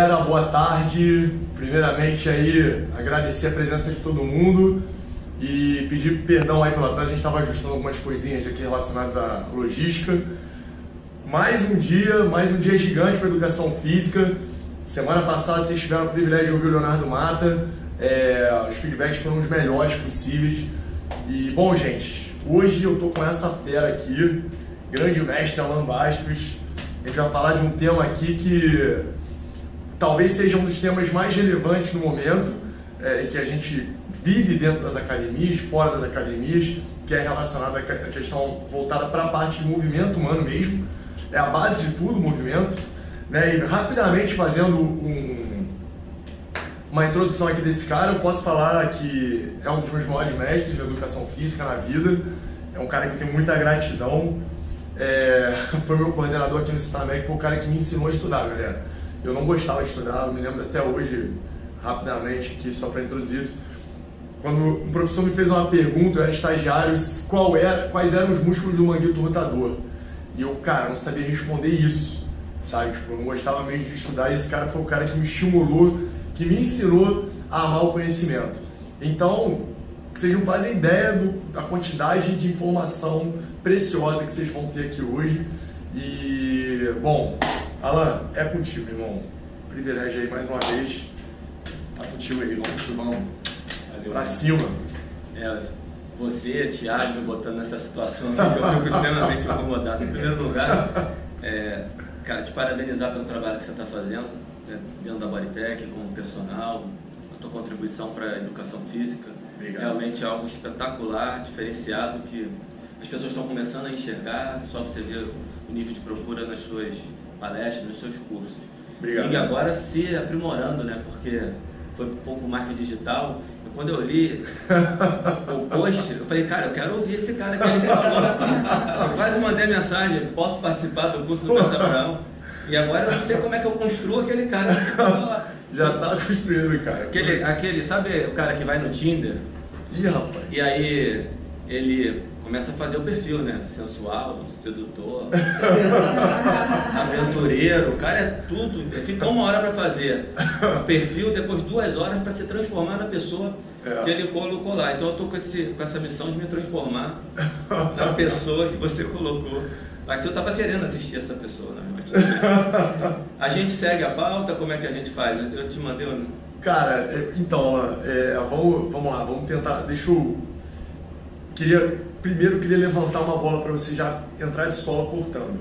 galera, boa tarde. Primeiramente aí, agradecer a presença de todo mundo e pedir perdão aí pelo atraso, a gente estava ajustando algumas coisinhas aqui relacionadas à logística. Mais um dia gigante para educação física. Semana passada vocês tiveram o privilégio de ouvir o Leonardo Mata, os feedbacks foram os melhores possíveis. E bom, gente, hoje eu tô com essa fera aqui, grande mestre Alan Bastos. A gente vai falar de um tema aqui que talvez seja um dos temas mais relevantes no momento, que a gente vive dentro das academias, fora das academias, que é relacionado à questão voltada para a parte de movimento humano mesmo. É a base de tudo, o movimento. Né? E rapidamente fazendo uma introdução aqui desse cara, eu posso falar que é um dos meus maiores mestres de educação física na vida. É um cara que tem muita gratidão. Foi meu coordenador aqui no Citamec, foi o cara que me ensinou a estudar, galera. Eu não gostava de estudar, eu me lembro até hoje, rapidamente, aqui só para introduzir isso. Quando um professor me fez uma pergunta, eu era estagiário, quais eram os músculos do manguito rotador. E eu, cara, não sabia responder isso, sabe? Tipo, eu não gostava mesmo de estudar, e esse cara foi o cara que me estimulou, que me ensinou a amar o conhecimento. Então, vocês não fazem ideia da quantidade de informação preciosa que vocês vão ter aqui hoje. E, bom, Alan, é contigo, irmão. Privilégio aí mais uma vez. Tá contigo aí, vamos pra cima. Você, Thiago, me botando nessa situação aqui, que eu fico extremamente incomodado. Em primeiro lugar, cara, te parabenizar pelo trabalho que você está fazendo, dentro da Bodytech, como personal, a tua contribuição para a educação física. Obrigado. Realmente é algo espetacular, diferenciado, que as pessoas estão começando a enxergar, só você ver o nível de procura nas suas palestras, nos seus cursos. Obrigado. E agora se aprimorando, né? Porque foi um pouco marketing digital. Quando eu li o post, eu falei, cara, eu quero ouvir esse cara que ele falou. Eu quase mandei mensagem, posso participar do curso do Beto Abraão? E agora eu não sei como é que eu construo aquele cara. Já tá construído, cara. Aquele, sabe o cara que vai no Tinder? Ih, rapaz. E aí ele começa a fazer o perfil, né? Sensual, sedutor, aventureiro. O cara é tudo. Fica 1 hora para fazer o perfil, depois 2 horas para se transformar na pessoa que ele colocou lá. Então eu tô com essa missão de me transformar na pessoa que você colocou. Aqui eu tava querendo assistir essa pessoa, né? A gente segue a pauta, como é que a gente faz? Eu te mandei um... Cara, então, vamos lá, vamos tentar. Primeiro eu queria levantar uma bola para você já entrar de sola cortando.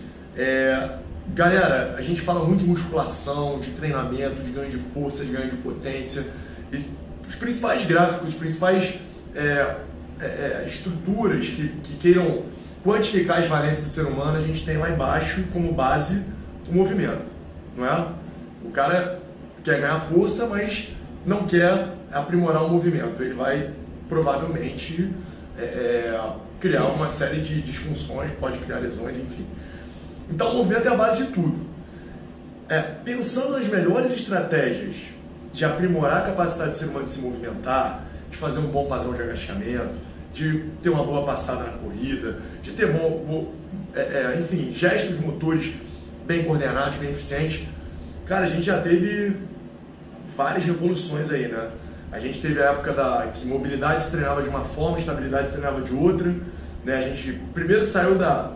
Galera, a gente fala muito de musculação, de treinamento, de ganho de força, de ganho de potência. Os principais gráficos, as principais estruturas que queiram quantificar as valências do ser humano, a gente tem lá embaixo como base o movimento, não é? O cara quer ganhar força, mas não quer aprimorar o movimento. Ele vai provavelmente criar uma série de disfunções, pode criar lesões, enfim. Então o movimento é a base de tudo. Pensando nas melhores estratégias de aprimorar a capacidade do ser humano de se movimentar, de fazer um bom padrão de agachamento, de ter uma boa passada na corrida, de ter enfim, gestos motores bem coordenados, bem eficientes. Cara, a gente já teve várias revoluções aí, né? A gente teve a época que mobilidade se treinava de uma forma, estabilidade se treinava de outra, né? A gente primeiro saiu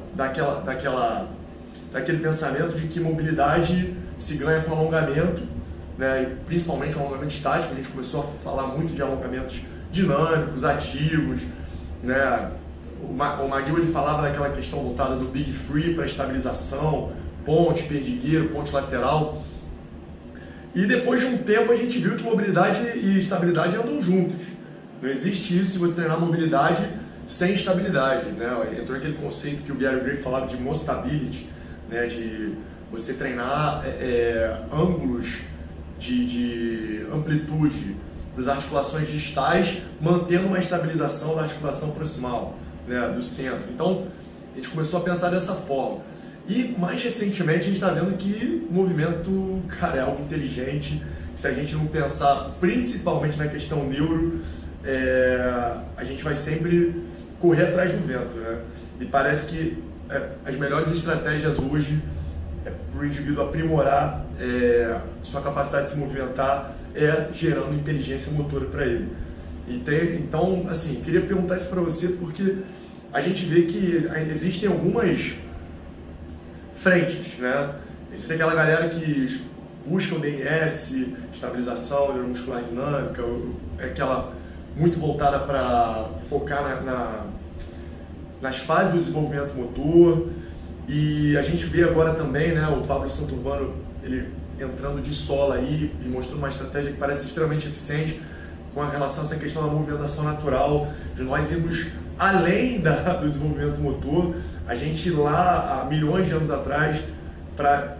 daquele pensamento de que mobilidade se ganha com alongamento, né? E principalmente o alongamento estático. A gente começou a falar muito de alongamentos dinâmicos, ativos, né? O McGill ele falava daquela questão voltada do Big Free para estabilização, ponte, perdigueiro, ponte lateral. E depois de um tempo a gente viu que mobilidade e estabilidade andam juntos. Não existe isso se você treinar mobilidade sem estabilidade, né? Entrou aquele conceito que o Gary Gray falava de mostability, né? De você treinar ângulos de amplitude das articulações distais, mantendo uma estabilização da articulação proximal, né? Do centro. Então a gente começou a pensar dessa forma. E mais recentemente a gente está vendo que o movimento, cara, é algo inteligente. Se a gente não pensar principalmente na questão neuro, a gente vai sempre correr atrás do vento, né? E parece que as melhores estratégias hoje para o indivíduo aprimorar sua capacidade de se movimentar gerando inteligência motora para ele. Então, assim, queria perguntar isso para você porque a gente vê que existem algumas frentes, né? Existe aquela galera que busca o DNS, estabilização neuromuscular dinâmica, aquela muito voltada para focar nas fases do desenvolvimento motor. E a gente vê agora também, né, o Pablo Santurbano, ele entrando de sola aí e mostrando uma estratégia que parece extremamente eficiente com relação a essa questão da movimentação natural, de nós irmos além do desenvolvimento motor, a gente ir lá há milhões de anos atrás para,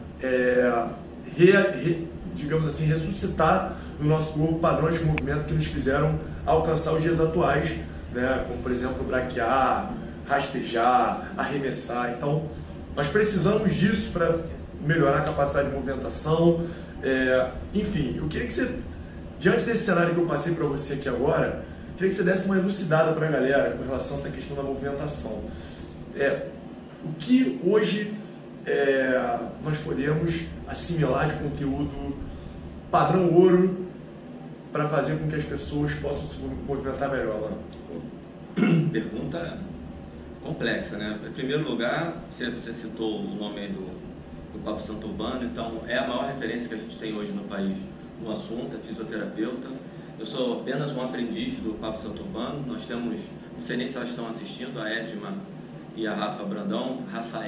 digamos assim, ressuscitar no nosso corpo padrões de movimento que nos fizeram alcançar os dias atuais, né, como por exemplo braquear, rastejar, arremessar. Então, nós precisamos disso para melhorar a capacidade de movimentação. Enfim, eu queria que você, diante desse cenário que eu passei para você aqui agora, queria que você desse uma elucidada para a galera com relação a essa questão da movimentação. O que hoje nós podemos assimilar de conteúdo padrão ouro para fazer com que as pessoas possam se movimentar melhor lá? Pergunta complexa, né? Em primeiro lugar, você citou o nome aí do Pablo Santurbano, então é a maior referência que a gente tem hoje no país no assunto, é fisioterapeuta. Eu sou apenas um aprendiz do Pablo Santurbano. Nós temos, não sei nem se elas estão assistindo, a Edma e a Rafaela Brandão,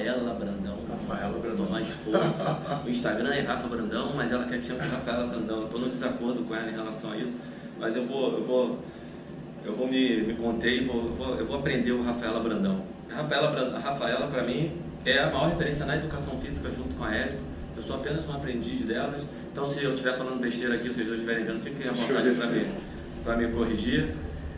mais forte. O Instagram é Rafa Brandão, mas ela quer que chame de Rafaela Brandão. Eu estou no desacordo com ela em relação a isso, mas eu vou me conter e eu vou aprender o Rafaela Brandão. A Rafaela, para mim, é a maior referência na educação física junto com a Edma. Eu sou apenas um aprendiz delas. Então, se eu estiver falando besteira aqui, vocês dois estiverem vendo, fiquem à vontade para me corrigir.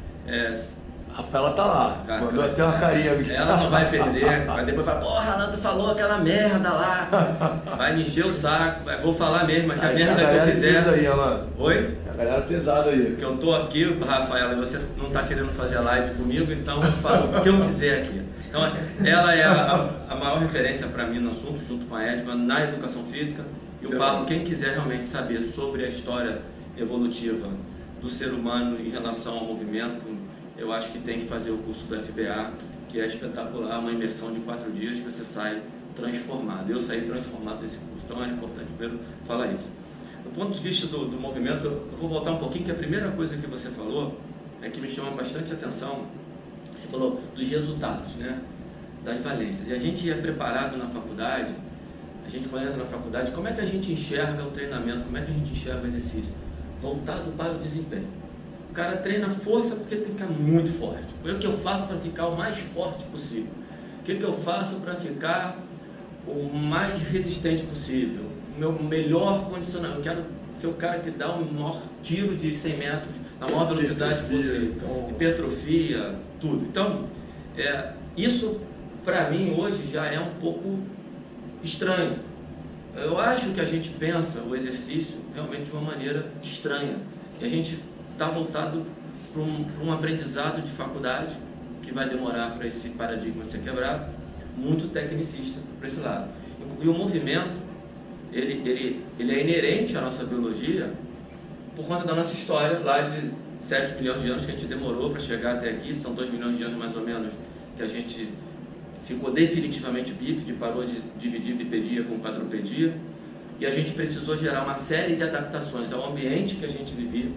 A Rafaela tá lá, mandou até uma carinha. Ela não vai perder, vai depois falar, porra, Alan, tu falou aquela merda lá. Vai me encher o saco, vou falar mesmo, que a merda que eu quiser. Aí, Alan. Oi? A galera pesada aí. Porque eu tô aqui, Rafaela, e você não tá querendo fazer a live comigo, então eu falo o que eu quiser aqui. Então, ela é a maior referência para mim no assunto, junto com a Edma, na educação física. E o Pablo, quem quiser realmente saber sobre a história evolutiva do ser humano em relação ao movimento, eu acho que tem que fazer o curso do FBA, que é espetacular, uma imersão de 4 dias que você sai transformado. Eu saí transformado desse curso, então é importante primeiro falar isso. Do ponto de vista do movimento, eu vou voltar um pouquinho, que a primeira coisa que você falou é que me chama bastante atenção. Você falou dos resultados, né? Das valências. E a gente é preparado na faculdade, a gente quando entra na faculdade, como é que a gente enxerga o treinamento, como é que a gente enxerga o exercício? Voltado para o desempenho. O cara treina força porque ele tem que ficar muito forte. O que eu faço para ficar o mais forte possível? O que eu faço para ficar o mais resistente possível? O meu melhor condicionamento. Eu quero ser o cara que dá o maior tiro de 100 metros na maior velocidade possível. Hipertrofia, tudo. Então, isso para mim hoje já é um pouco estranho. Eu acho que a gente pensa o exercício realmente de uma maneira estranha. E a gente está voltado para um aprendizado de faculdade que vai demorar para esse paradigma ser quebrado, muito tecnicista para esse lado. E o movimento, ele é inerente à nossa biologia por conta da nossa história lá de 7 milhões de anos que a gente demorou para chegar até aqui. São 2 milhões de anos mais ou menos que a gente ficou definitivamente bípede, parou de dividir bipedia com quadrupedia, e a gente precisou gerar uma série de adaptações ao ambiente que a gente vivia.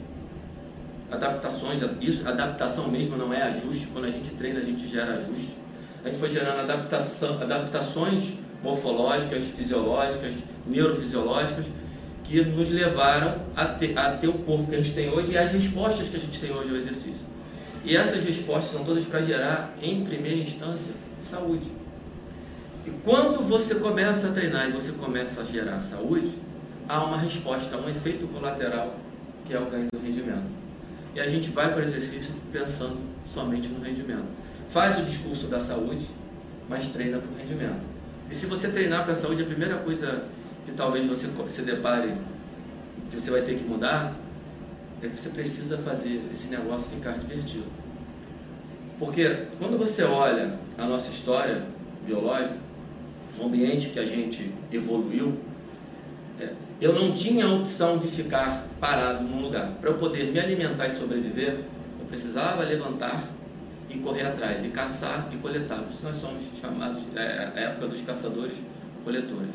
Adaptação mesmo não é ajuste. Quando a gente treina, a gente gera ajuste. A gente foi gerando adaptações morfológicas, fisiológicas, neurofisiológicas, que nos levaram a ter o corpo que a gente tem hoje e as respostas que a gente tem hoje ao exercício. E essas respostas são todas para gerar, em primeira instância, saúde. E quando você começa a treinar e você começa a gerar saúde, há uma resposta, um efeito colateral, que é o ganho do rendimento. E a gente vai para o exercício pensando somente no rendimento. Faz o discurso da saúde, mas treina para o rendimento. E se você treinar para a saúde, a primeira coisa que talvez você se depare, que você vai ter que mudar, é que você precisa fazer esse negócio ficar divertido. Porque quando você olha a nossa história biológica, um ambiente que a gente evoluiu, eu não tinha a opção de ficar parado num lugar. Para eu poder me alimentar e sobreviver, eu precisava levantar e correr atrás, e caçar e coletar. Por isso nós somos chamados, a época dos caçadores-coletores.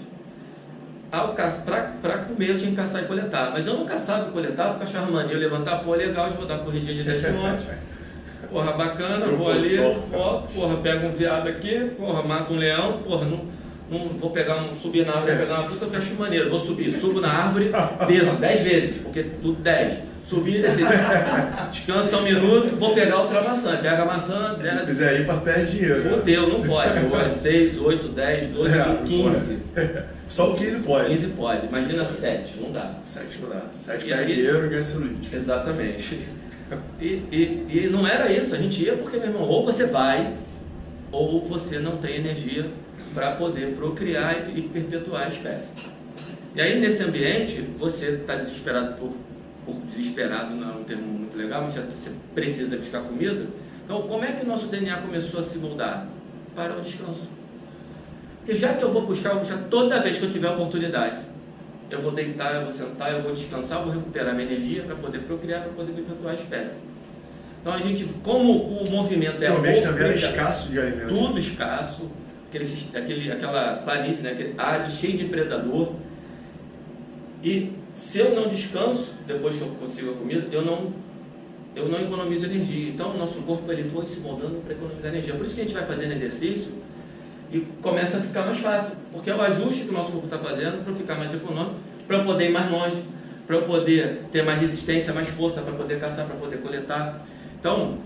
Para comer eu tinha que caçar e coletar, mas eu não caçava e coletava porque achava mania. Eu levantar, pô, legal, vou dar corridinha de 10 km, porra, bacana, vou ali, porra, pego um veado aqui, porra, mato um leão, porra, não vou subir na árvore, pegar uma fruta, porque acho maneiro, vou subir, subo na árvore, desço 10 vezes, porque tudo 10. Subir e descer, descansa um minuto, vou pegar outra maçã, pega a maçã, se fizer aí para perder dinheiro. Fudeu, não pode. 6, 8, 10, 12, 15. Só o 15 pode. 15 pode, imagina 7, não dá. 7 não dá. 7 perde dinheiro e ganha celulite. Exatamente. E não era isso, a gente ia porque, meu irmão, ou você vai, ou você não tem energia para poder procriar e perpetuar a espécie. E aí, nesse ambiente, você está desesperado desesperado não é um termo muito legal, mas você precisa buscar comida. Então, como é que o nosso DNA começou a se moldar? Para o descanso. Porque já que eu vou buscar toda vez que eu tiver oportunidade. Eu vou deitar, eu vou sentar, eu vou descansar, eu vou recuperar minha energia para poder procriar, para poder perpetuar a espécie. Então, a gente, como o movimento é também era escasso de alimento. Tudo escasso, aquela planície, né, aquele área cheio de predador. E se eu não descanso, depois que eu consigo a comida, eu não economizo energia. Então o nosso corpo ele foi se moldando para economizar energia. Por isso que a gente vai fazendo exercício e começa a ficar mais fácil, porque é o ajuste que o nosso corpo está fazendo para ficar mais econômico, para eu poder ir mais longe, para eu poder ter mais resistência, mais força, para poder caçar, para poder coletar. Então,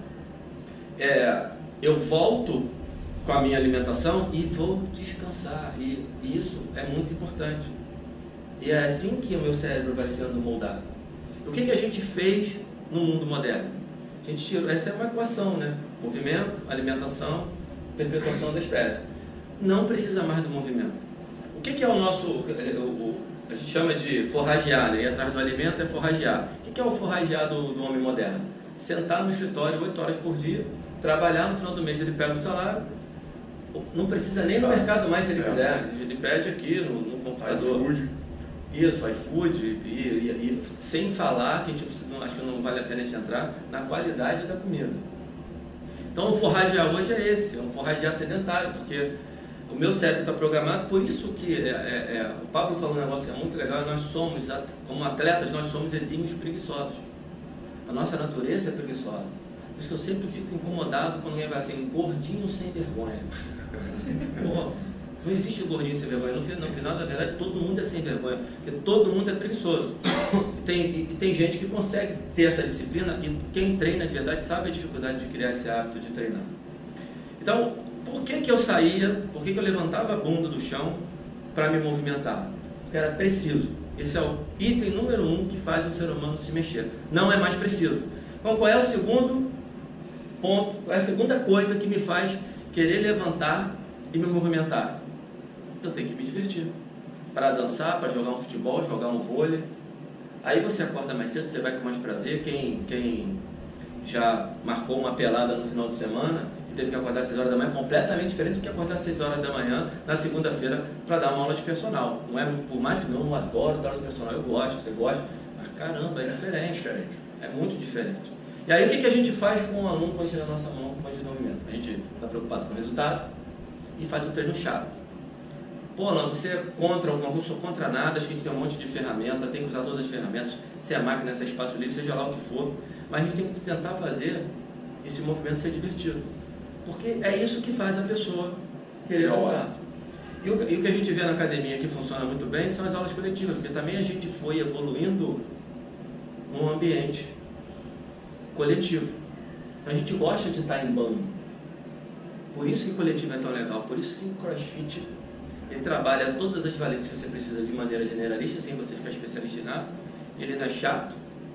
eu volto com a minha alimentação e vou descansar. E isso é muito importante. E é assim que o meu cérebro vai sendo moldado. O que a gente fez no mundo moderno? A gente tirou, essa é uma equação, né? Movimento, alimentação, perpetuação da espécie. Não precisa mais do movimento. O que é o nosso, a gente chama de forragear, né? Ir atrás do alimento é forragear. O que é o forragear do homem moderno? Sentar no escritório 8 horas por dia, trabalhar, no final do mês ele pega o salário, não precisa nem ir no mercado mais se ele quiser, ele pede aqui no computador. Isso, iFood, e sem falar que a gente acho que não vale a pena a gente entrar na qualidade da comida. Então o forragear hoje é esse, é um forragear sedentário, porque o meu cérebro está programado, por isso que o Pablo falou um negócio que é muito legal, nós somos, como atletas, nós somos exímios preguiçosos. A nossa natureza é preguiçosa. Por isso que eu sempre fico incomodado quando alguém vai assim, gordinho sem vergonha. Pô, não existe gordinho sem vergonha. No final, na verdade, todo mundo é sem vergonha. Porque todo mundo é preguiçoso. E tem gente que consegue ter essa disciplina e quem treina de verdade sabe a dificuldade de criar esse hábito de treinar. Então, por que eu saía, por que eu levantava a bunda do chão para me movimentar? Porque era preciso. Esse é o item número 1 que faz o ser humano se mexer. Não é mais preciso. Então, qual é o segundo ponto? Qual é a segunda coisa que me faz querer levantar e me movimentar? Eu tenho que me divertir. Para dançar, para jogar um futebol, jogar um vôlei. Aí você acorda mais cedo, você vai com mais prazer. Quem já marcou uma pelada no final de semana e teve que acordar às 6 horas da manhã, completamente diferente do que acordar às 6 horas da manhã na segunda-feira para dar uma aula de personal. Não é muito, por mais que não, eu adoro dar aula de personal, eu gosto, você gosta, mas caramba, é diferente. É muito diferente. E aí o que a gente faz com o aluno quando chega na nossa mão com o de movimento? A gente está preocupado com o resultado e faz um treino chato. Pô, não, você é contra alguma coisa, sou contra nada, acho que a gente tem um monte de ferramenta, tem que usar todas as ferramentas, se é máquina, se é espaço livre, seja lá o que for, mas a gente tem que tentar fazer esse movimento ser divertido, porque é isso que faz a pessoa querer voltar. E o que a gente vê na academia que funciona muito bem são as aulas coletivas, porque também a gente foi evoluindo num ambiente coletivo. Então a gente gosta de estar em bando. Por isso que o coletivo é tão legal, por isso que o CrossFit ele trabalha todas as valências que você precisa de maneira generalista, sem você ficar especialista em nada. Ele não é chato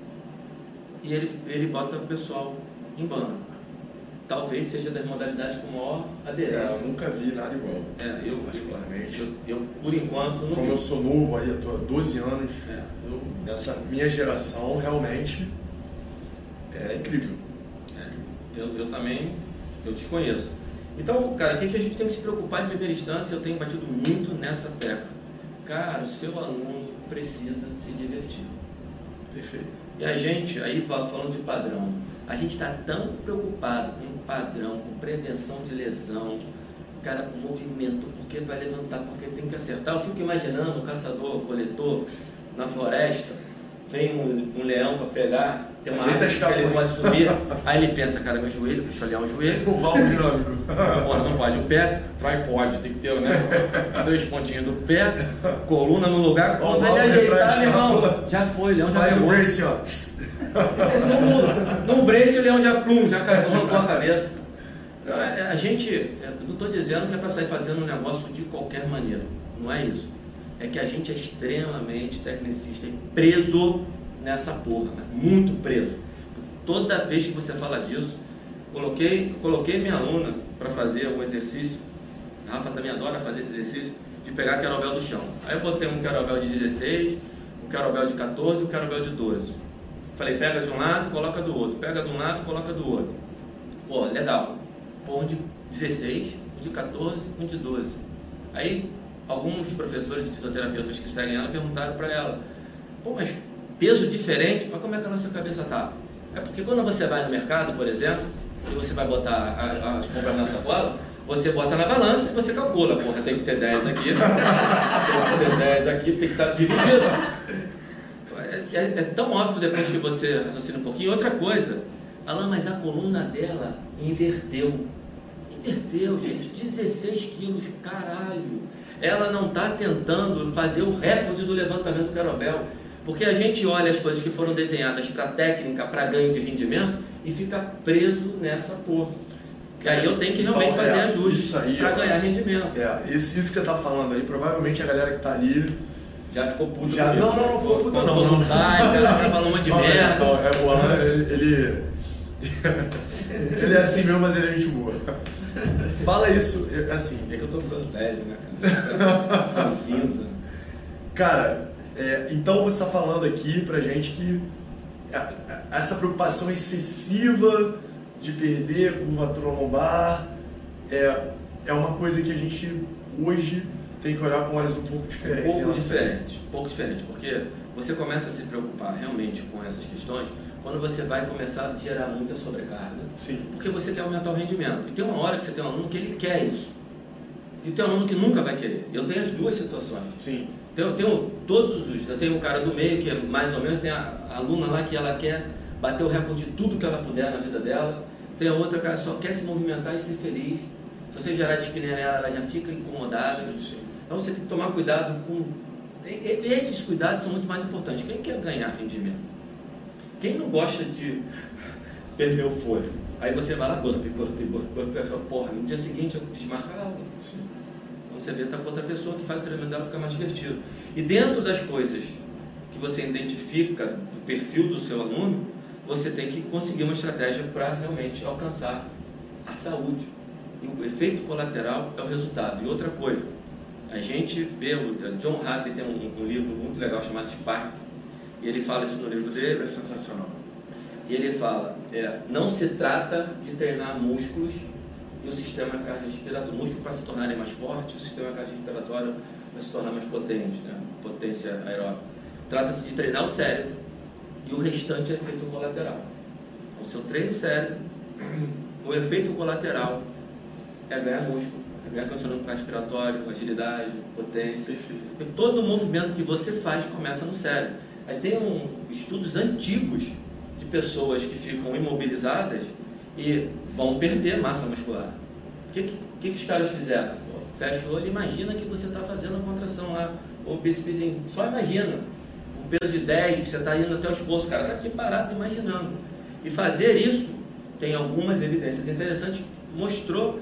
e ele bota o pessoal em bando. Talvez seja das modalidades com maior aderência. Eu nunca vi nada igual. Eu particularmente. Eu por enquanto não. Como eu sou novo aí, eu estou há 12 anos. Nessa minha geração realmente é incrível. Eu também, eu desconheço. Então, cara, o que a gente tem que se preocupar em primeira instância? Eu tenho batido muito nessa tecla. Cara, o seu aluno precisa se divertir. Perfeito. E a gente, aí falando de padrão, a gente está tão preocupado com padrão, com prevenção de lesão, cara, com movimento, porque vai levantar, porque tem que acertar. Eu fico imaginando um caçador-coletor na floresta, vem um leão para pegar, tem uma árvore que ele pode subir, aí ele pensa, cara, meu joelho, deixa eu olhar o joelho. O valvo dinâmico. Não pode. O pé, tripod, tem que ter, né? Os 3 pontinhos do pé, coluna no lugar, quando ele ajeitar, meu irmão, já foi, o leão já faz pegou. o brace, ó. No brace o leão já arrancou a cabeça. A gente, não estou dizendo que é para sair fazendo um negócio de qualquer maneira, não é isso. É que a gente é extremamente tecnicista e preso nessa porra, né? Muito preso. Toda vez que você fala disso, coloquei minha aluna para fazer um exercício, a Rafa também adora fazer esse exercício, de pegar querobel do chão. Aí eu botei um querobel de 16, um querobel de 14 e um querobel de 12. Falei, pega de um lado, coloca do outro, pega de um lado, coloca do outro. Pô, legal. Pô, um de 16, um de 14, um de 12. Aí, alguns professores e fisioterapeutas que seguem ela perguntaram para ela, pô, mas peso diferente, mas como é que a nossa cabeça tá? É porque quando você vai no mercado, por exemplo, e você vai botar as compras na sacola, você bota na balança e você calcula, porra, tem que ter 10 aqui, tem que ter 10 aqui, tem que estar dividido. É tão óbvio depois que você raciocina um pouquinho. Outra coisa, Alan, mas a coluna dela inverteu. Inverteu, gente, 16 quilos, caralho. Ela não está tentando fazer o recorde do levantamento do querobel, porque a gente olha as coisas que foram desenhadas para técnica, para ganho de rendimento, e fica preso nessa porra. E aí eu tenho que realmente fazer ajustes para ganhar rendimento. Isso que você está falando aí, provavelmente a galera que está ali já ficou puto. Não ficou puto não. Sai, cara falou um monte de merda. O Alan, ele é assim mesmo, mas ele é gente boa. Fala isso, assim... É que eu tô ficando velho, né, cara? Cinza. Cara, então você está falando aqui pra gente que essa preocupação excessiva de perder curvatura lombar é uma coisa que a gente hoje tem que olhar com olhos um pouco diferentes. Um pouco diferente, porque você começa a se preocupar realmente com essas questões quando você vai começar a gerar muita sobrecarga. Sim. Porque você quer aumentar o rendimento. E tem uma hora que você tem um aluno que ele quer isso. E tem um aluno que nunca vai querer. Eu tenho as duas situações. Sim. Eu tenho todos os... Eu tenho um cara do meio que é mais ou menos, tem a aluna lá que ela quer bater o recorde de tudo que ela puder na vida dela. Tem a outra que ela só quer se movimentar e ser feliz. Se você gerar dispneia nela, ela já fica incomodada. Sim. Então você tem que tomar cuidado com... Esses cuidados são muito mais importantes. Quem quer ganhar rendimento? Quem não gosta de perder o fôlego? Aí você vai lá, porra, no dia seguinte eu desmarca a aula. Sim. Então você vê, tá com outra pessoa que faz o treinamento dela ficar mais divertido. E dentro das coisas que você identifica do perfil do seu aluno, você tem que conseguir uma estratégia para realmente alcançar a saúde. E o efeito colateral é o resultado. E outra coisa, a gente vê, o John Hattie tem um livro muito legal chamado Spark, e ele fala isso no livro dele. É sensacional. E ele fala, não se trata de treinar músculos e o sistema cardiorrespiratório, músculo para se tornarem mais fortes, o sistema cardiorrespiratório para se tornar mais potente, né? Potência aeróbica. Trata-se de treinar o cérebro e o restante é efeito colateral. Então, se eu treino o cérebro, o efeito colateral é ganhar músculo, é ganhar condicionamento cardiorrespiratório, agilidade, potência. E todo o movimento que você faz começa no cérebro. Aí tem estudos antigos de pessoas que ficam imobilizadas e vão perder massa muscular. O que os caras fizeram? Fecha o olho e imagina que você está fazendo a contração lá, ou bícepszinho. Só imagina. Um peso de 10, que você está indo até o esforço. O cara está aqui parado imaginando. E fazer isso, tem algumas evidências interessantes, mostrou,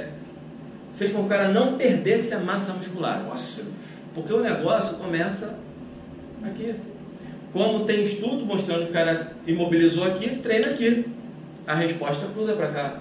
fez com que o cara não perdesse a massa muscular. Nossa! Porque o negócio começa aqui. Como tem estudo mostrando que o cara imobilizou aqui, treina aqui. A resposta cruza para cá.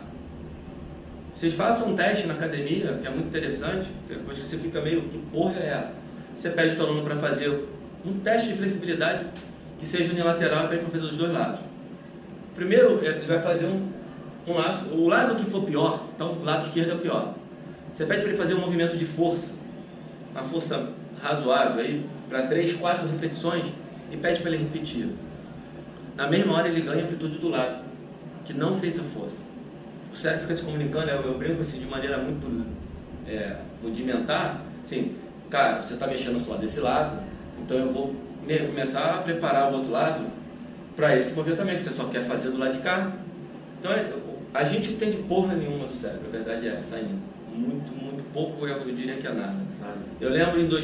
Vocês façam um teste na academia, que é muito interessante, depois você fica meio, que porra é essa? Você pede o teu aluno para fazer um teste de flexibilidade que seja unilateral para ele fazer dos dois lados. Primeiro, ele vai fazer o lado que for pior, então o lado esquerdo é o pior. Você pede para ele fazer um movimento de força, uma força razoável aí, para 3, 4 repetições, e pede para ele repetir. Na mesma hora ele ganha a amplitude do lado, que não fez a força. O cérebro fica se comunicando, eu brinco assim, de maneira muito rudimentar, assim, cara, você está mexendo só desse lado, então eu vou começar a preparar o outro lado para ele se mover também, que você só quer fazer do lado de cá. Então a gente não entende porra nenhuma do cérebro, a verdade é essa ainda. Muito pouco, eu diria que é nada. Eu lembro em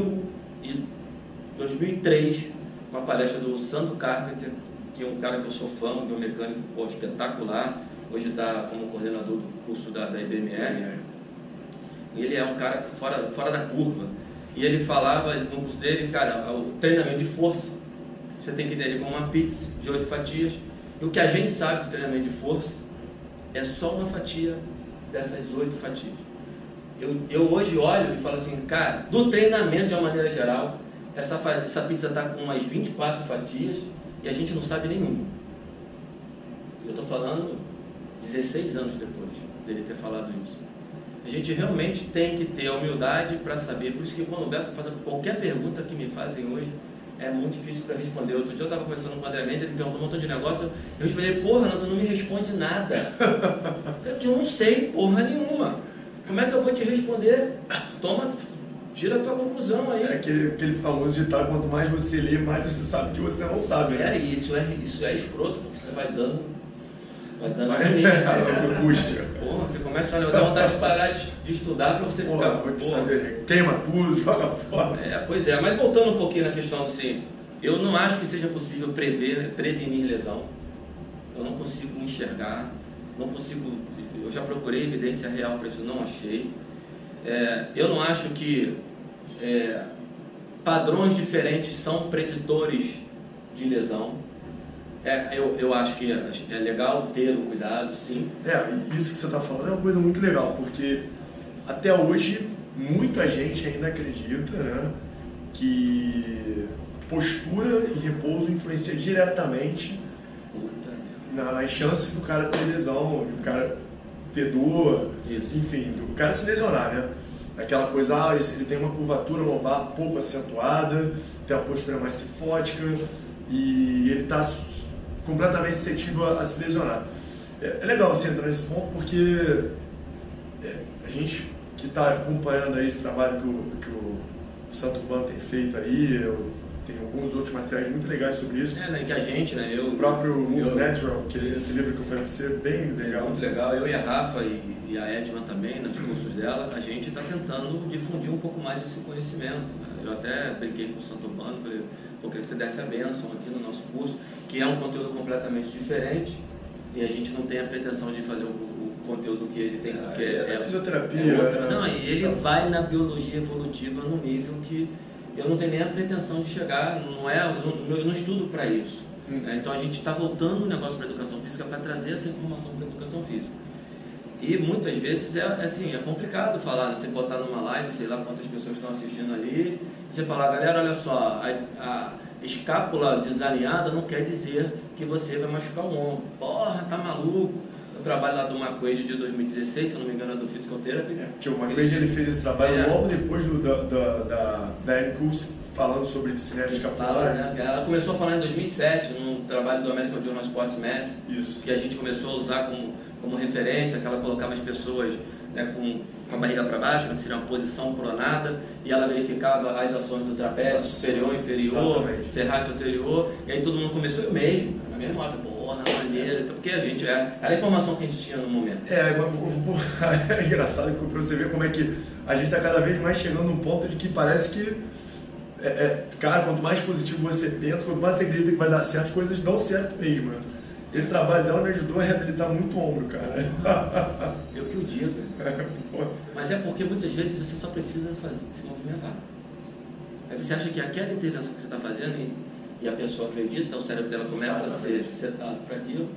2003, uma palestra do Sandro Carpenter, que é um cara que eu sou fã, um biomecânico espetacular, hoje está como coordenador do curso da IBMR. E ele é um cara fora da curva. E ele falava no curso dele, cara, o treinamento de força, você tem que entender como uma pizza de 8 fatias. E o que a gente sabe do treinamento de força é só uma fatia dessas 8 fatias. Eu hoje olho e falo assim, cara, do treinamento de uma maneira geral, essa pizza está com umas 24 fatias e a gente não sabe nenhuma. Eu estou falando 16 anos depois dele ter falado isso. A gente realmente tem que ter a humildade para saber. Por isso que quando o Beto faz qualquer pergunta que me fazem hoje, é muito difícil para responder. Outro dia eu estava conversando com o André Mendes, ele me perguntou um montão de negócio, eu respondi, porra, não, tu não me responde nada. Eu não sei porra nenhuma. Como é que eu vou te responder? Toma, tira a tua conclusão aí. É aquele famoso ditado, quanto mais você lê, mais você sabe que você não sabe. Né? Isso é escroto, porque você vai dando Porra, você começa a dar vontade de parar de estudar para você ficar... Queima tudo, joga fora. Pois é, mas voltando um pouquinho na questão assim, eu não acho que seja possível prevenir lesão. Eu não consigo enxergar, eu já procurei evidência real para isso, não achei. Eu não acho que padrões diferentes são preditores de lesão. Eu acho que é legal ter o cuidado, sim. Isso que você está falando é uma coisa muito legal, porque até hoje muita gente ainda acredita, né, que postura e repouso influencia diretamente nas chances do cara ter lesão, do cara ter dor, enfim, do cara se lesionar, né? Aquela coisa, ele tem uma curvatura lombar pouco acentuada, tem uma postura mais cifótica e ele está completamente suscetível a se lesionar. É legal você entrar nesse ponto porque a gente que está acompanhando aí esse trabalho que o Santo Urbano tem feito aí, eu tenho alguns outros materiais muito legais sobre isso. Que a gente, né? O próprio Move Natural, que é esse livro que eu falei para você, bem legal. Muito legal. Eu e a Rafa e a Edma também, nos cursos dela, a gente está tentando difundir um pouco mais esse conhecimento. Né? Eu até brinquei com o Santo Urbano, falei, eu queria que você desse a bênção aqui no nosso curso, que é um conteúdo completamente diferente e a gente não tem a pretensão de fazer o conteúdo que ele tem, porque é fisioterapia. E ele vai na biologia evolutiva no nível que eu não tenho nem a pretensão de chegar, eu não estudo para isso. Né? Então a gente está voltando o negócio para a educação física para trazer essa informação para a educação física. E muitas vezes é complicado falar, né? Você botar numa live, sei lá quantas pessoas estão assistindo ali, você falar, galera, olha só, a escápula desalinhada não quer dizer que você vai machucar o ombro. Porra, tá maluco? Eu trabalho lá do McQuaid de 2016, se eu não me engano, é do Physical Therapy. Porque o McQuaid ele fez esse trabalho logo depois da N-Curse, falando sobre cinese escapular. Né? Ela começou a falar em 2007, num trabalho do American Journal of Sports Medicine, que a gente começou a usar como referência, que ela colocava as pessoas, né, com a barriga para baixo, que seria uma posição pronada, e ela verificava as ações do trapézio, superior, inferior, serrátil anterior, e aí todo mundo começou, eu mesmo, na mesma hora, porra, maneira, porque a gente, era a informação que a gente tinha no momento. É engraçado para você ver como é que a gente está cada vez mais chegando num ponto de que parece que, cara, quanto mais positivo você pensa, quanto mais você acredita que vai dar certo, as coisas dão certo mesmo, né? Esse trabalho dela me ajudou a reabilitar muito o ombro, cara. Eu que o digo. Mas é porque muitas vezes você só precisa se movimentar. Aí você acha que aquela intervenção que você está fazendo e a pessoa acredita, o cérebro dela começa a ser setado para aquilo.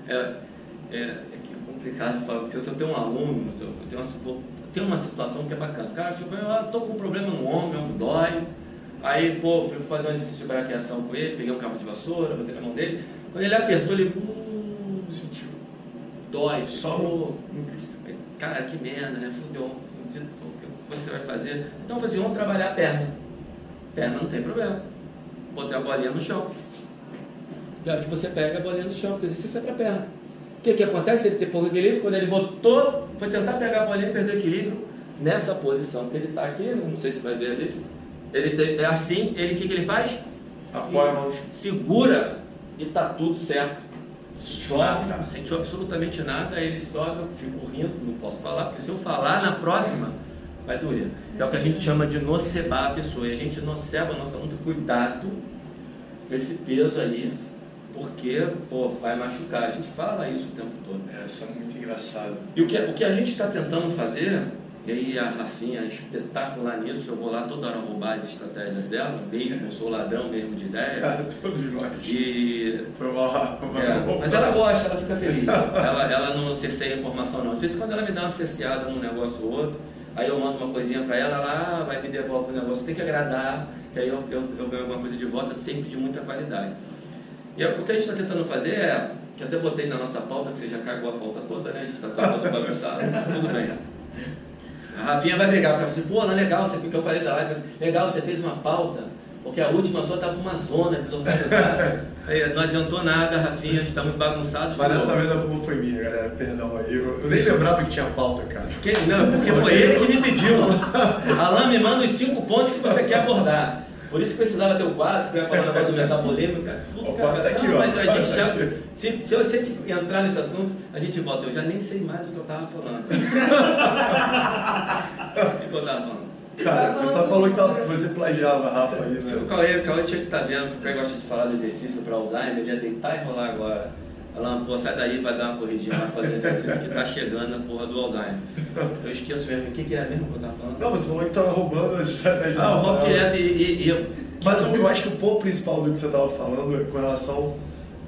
É complicado falar, porque se eu tenho um aluno, tem uma situação que é bacana. Cara, tipo, eu estou com um problema no ombro, dói. Aí, fui fazer um exercício de braquiação com ele, peguei um cabo de vassoura, botei na mão dele. Quando ele apertou, ele sentiu. dói. Só Cara, que merda, né? Fudeu, o que você vai fazer? Então, vamos trabalhar a perna. Perna não tem problema. Botei a bolinha no chão. Quero que você pegue a bolinha do chão, porque isso é para a perna. O que acontece? Ele tem pouco equilíbrio. Quando ele botou, foi tentar pegar a bolinha e perdeu o equilíbrio. Nessa posição que ele está aqui, não sei se vai ver ali. É assim, o que ele faz? Apoia a mão. Segura e está tudo certo. Sobe, não sentiu absolutamente nada, aí ele sobe, eu fico rindo, não posso falar, porque se eu falar na próxima, vai doer. É o que a gente chama de nocebar a pessoa. E a gente noceba a nossa luta, cuidado com esse peso aí, porque, vai machucar. A gente fala isso o tempo todo. Isso é muito engraçado. E o que a gente está tentando fazer, e aí a Rafinha é espetacular nisso, eu vou lá toda hora roubar as estratégias dela, mesmo, sou ladrão mesmo de ideia. Todos nós. Foi mal. Mas ela gosta, ela fica feliz. Ela não cerceia a informação não. Às vezes quando ela me dá uma cerceada num negócio ou outro, aí eu mando uma coisinha para ela vai me devolver o negócio, tem que agradar, que aí eu ganho alguma coisa de volta, sempre de muita qualidade. E o que a gente está tentando fazer é, que até botei na nossa pauta, que você já cagou a pauta toda, né? A gente está todo bagunçado, tudo bem. A Rafinha vai brigar, porque ela fala assim, não é legal, você, porque eu falei da live, legal, você fez uma pauta, porque a última sua estava uma zona desorganizada. Aí, não adiantou nada, Rafinha, está muito bagunçado. Mas dessa vez a culpa foi minha, galera, perdão aí. Eu nem lembrava que tinha pauta, cara. Não, porque foi ele que me pediu. Alain, me manda os 5 pontos que você quer abordar. Por isso que precisava ter o quadro, que eu ia falar agora do metabolismo, cara. Tudo, o quadro tá aqui, ó. Mas a gente já, se você entrar nesse assunto, a gente volta. Eu já nem sei mais o que eu estava falando. O que eu estava falando? Cara, você falou que você plagiava a Rafa aí, né? O Cauê tinha que estar vendo, porque o Cauê gosta de falar do exercício para Alzheimer, ele ia deitar e rolar agora. Ela, sai daí, vai dar uma corridinha lá, fazer um exercício que está chegando a porra do Alzheimer. Eu esqueço mesmo, o que é mesmo que eu estava falando? Não, você falou que estava roubando as estratégias. Eu roubo direto e Mas eu acho que o ponto principal do que você estava falando é com relação...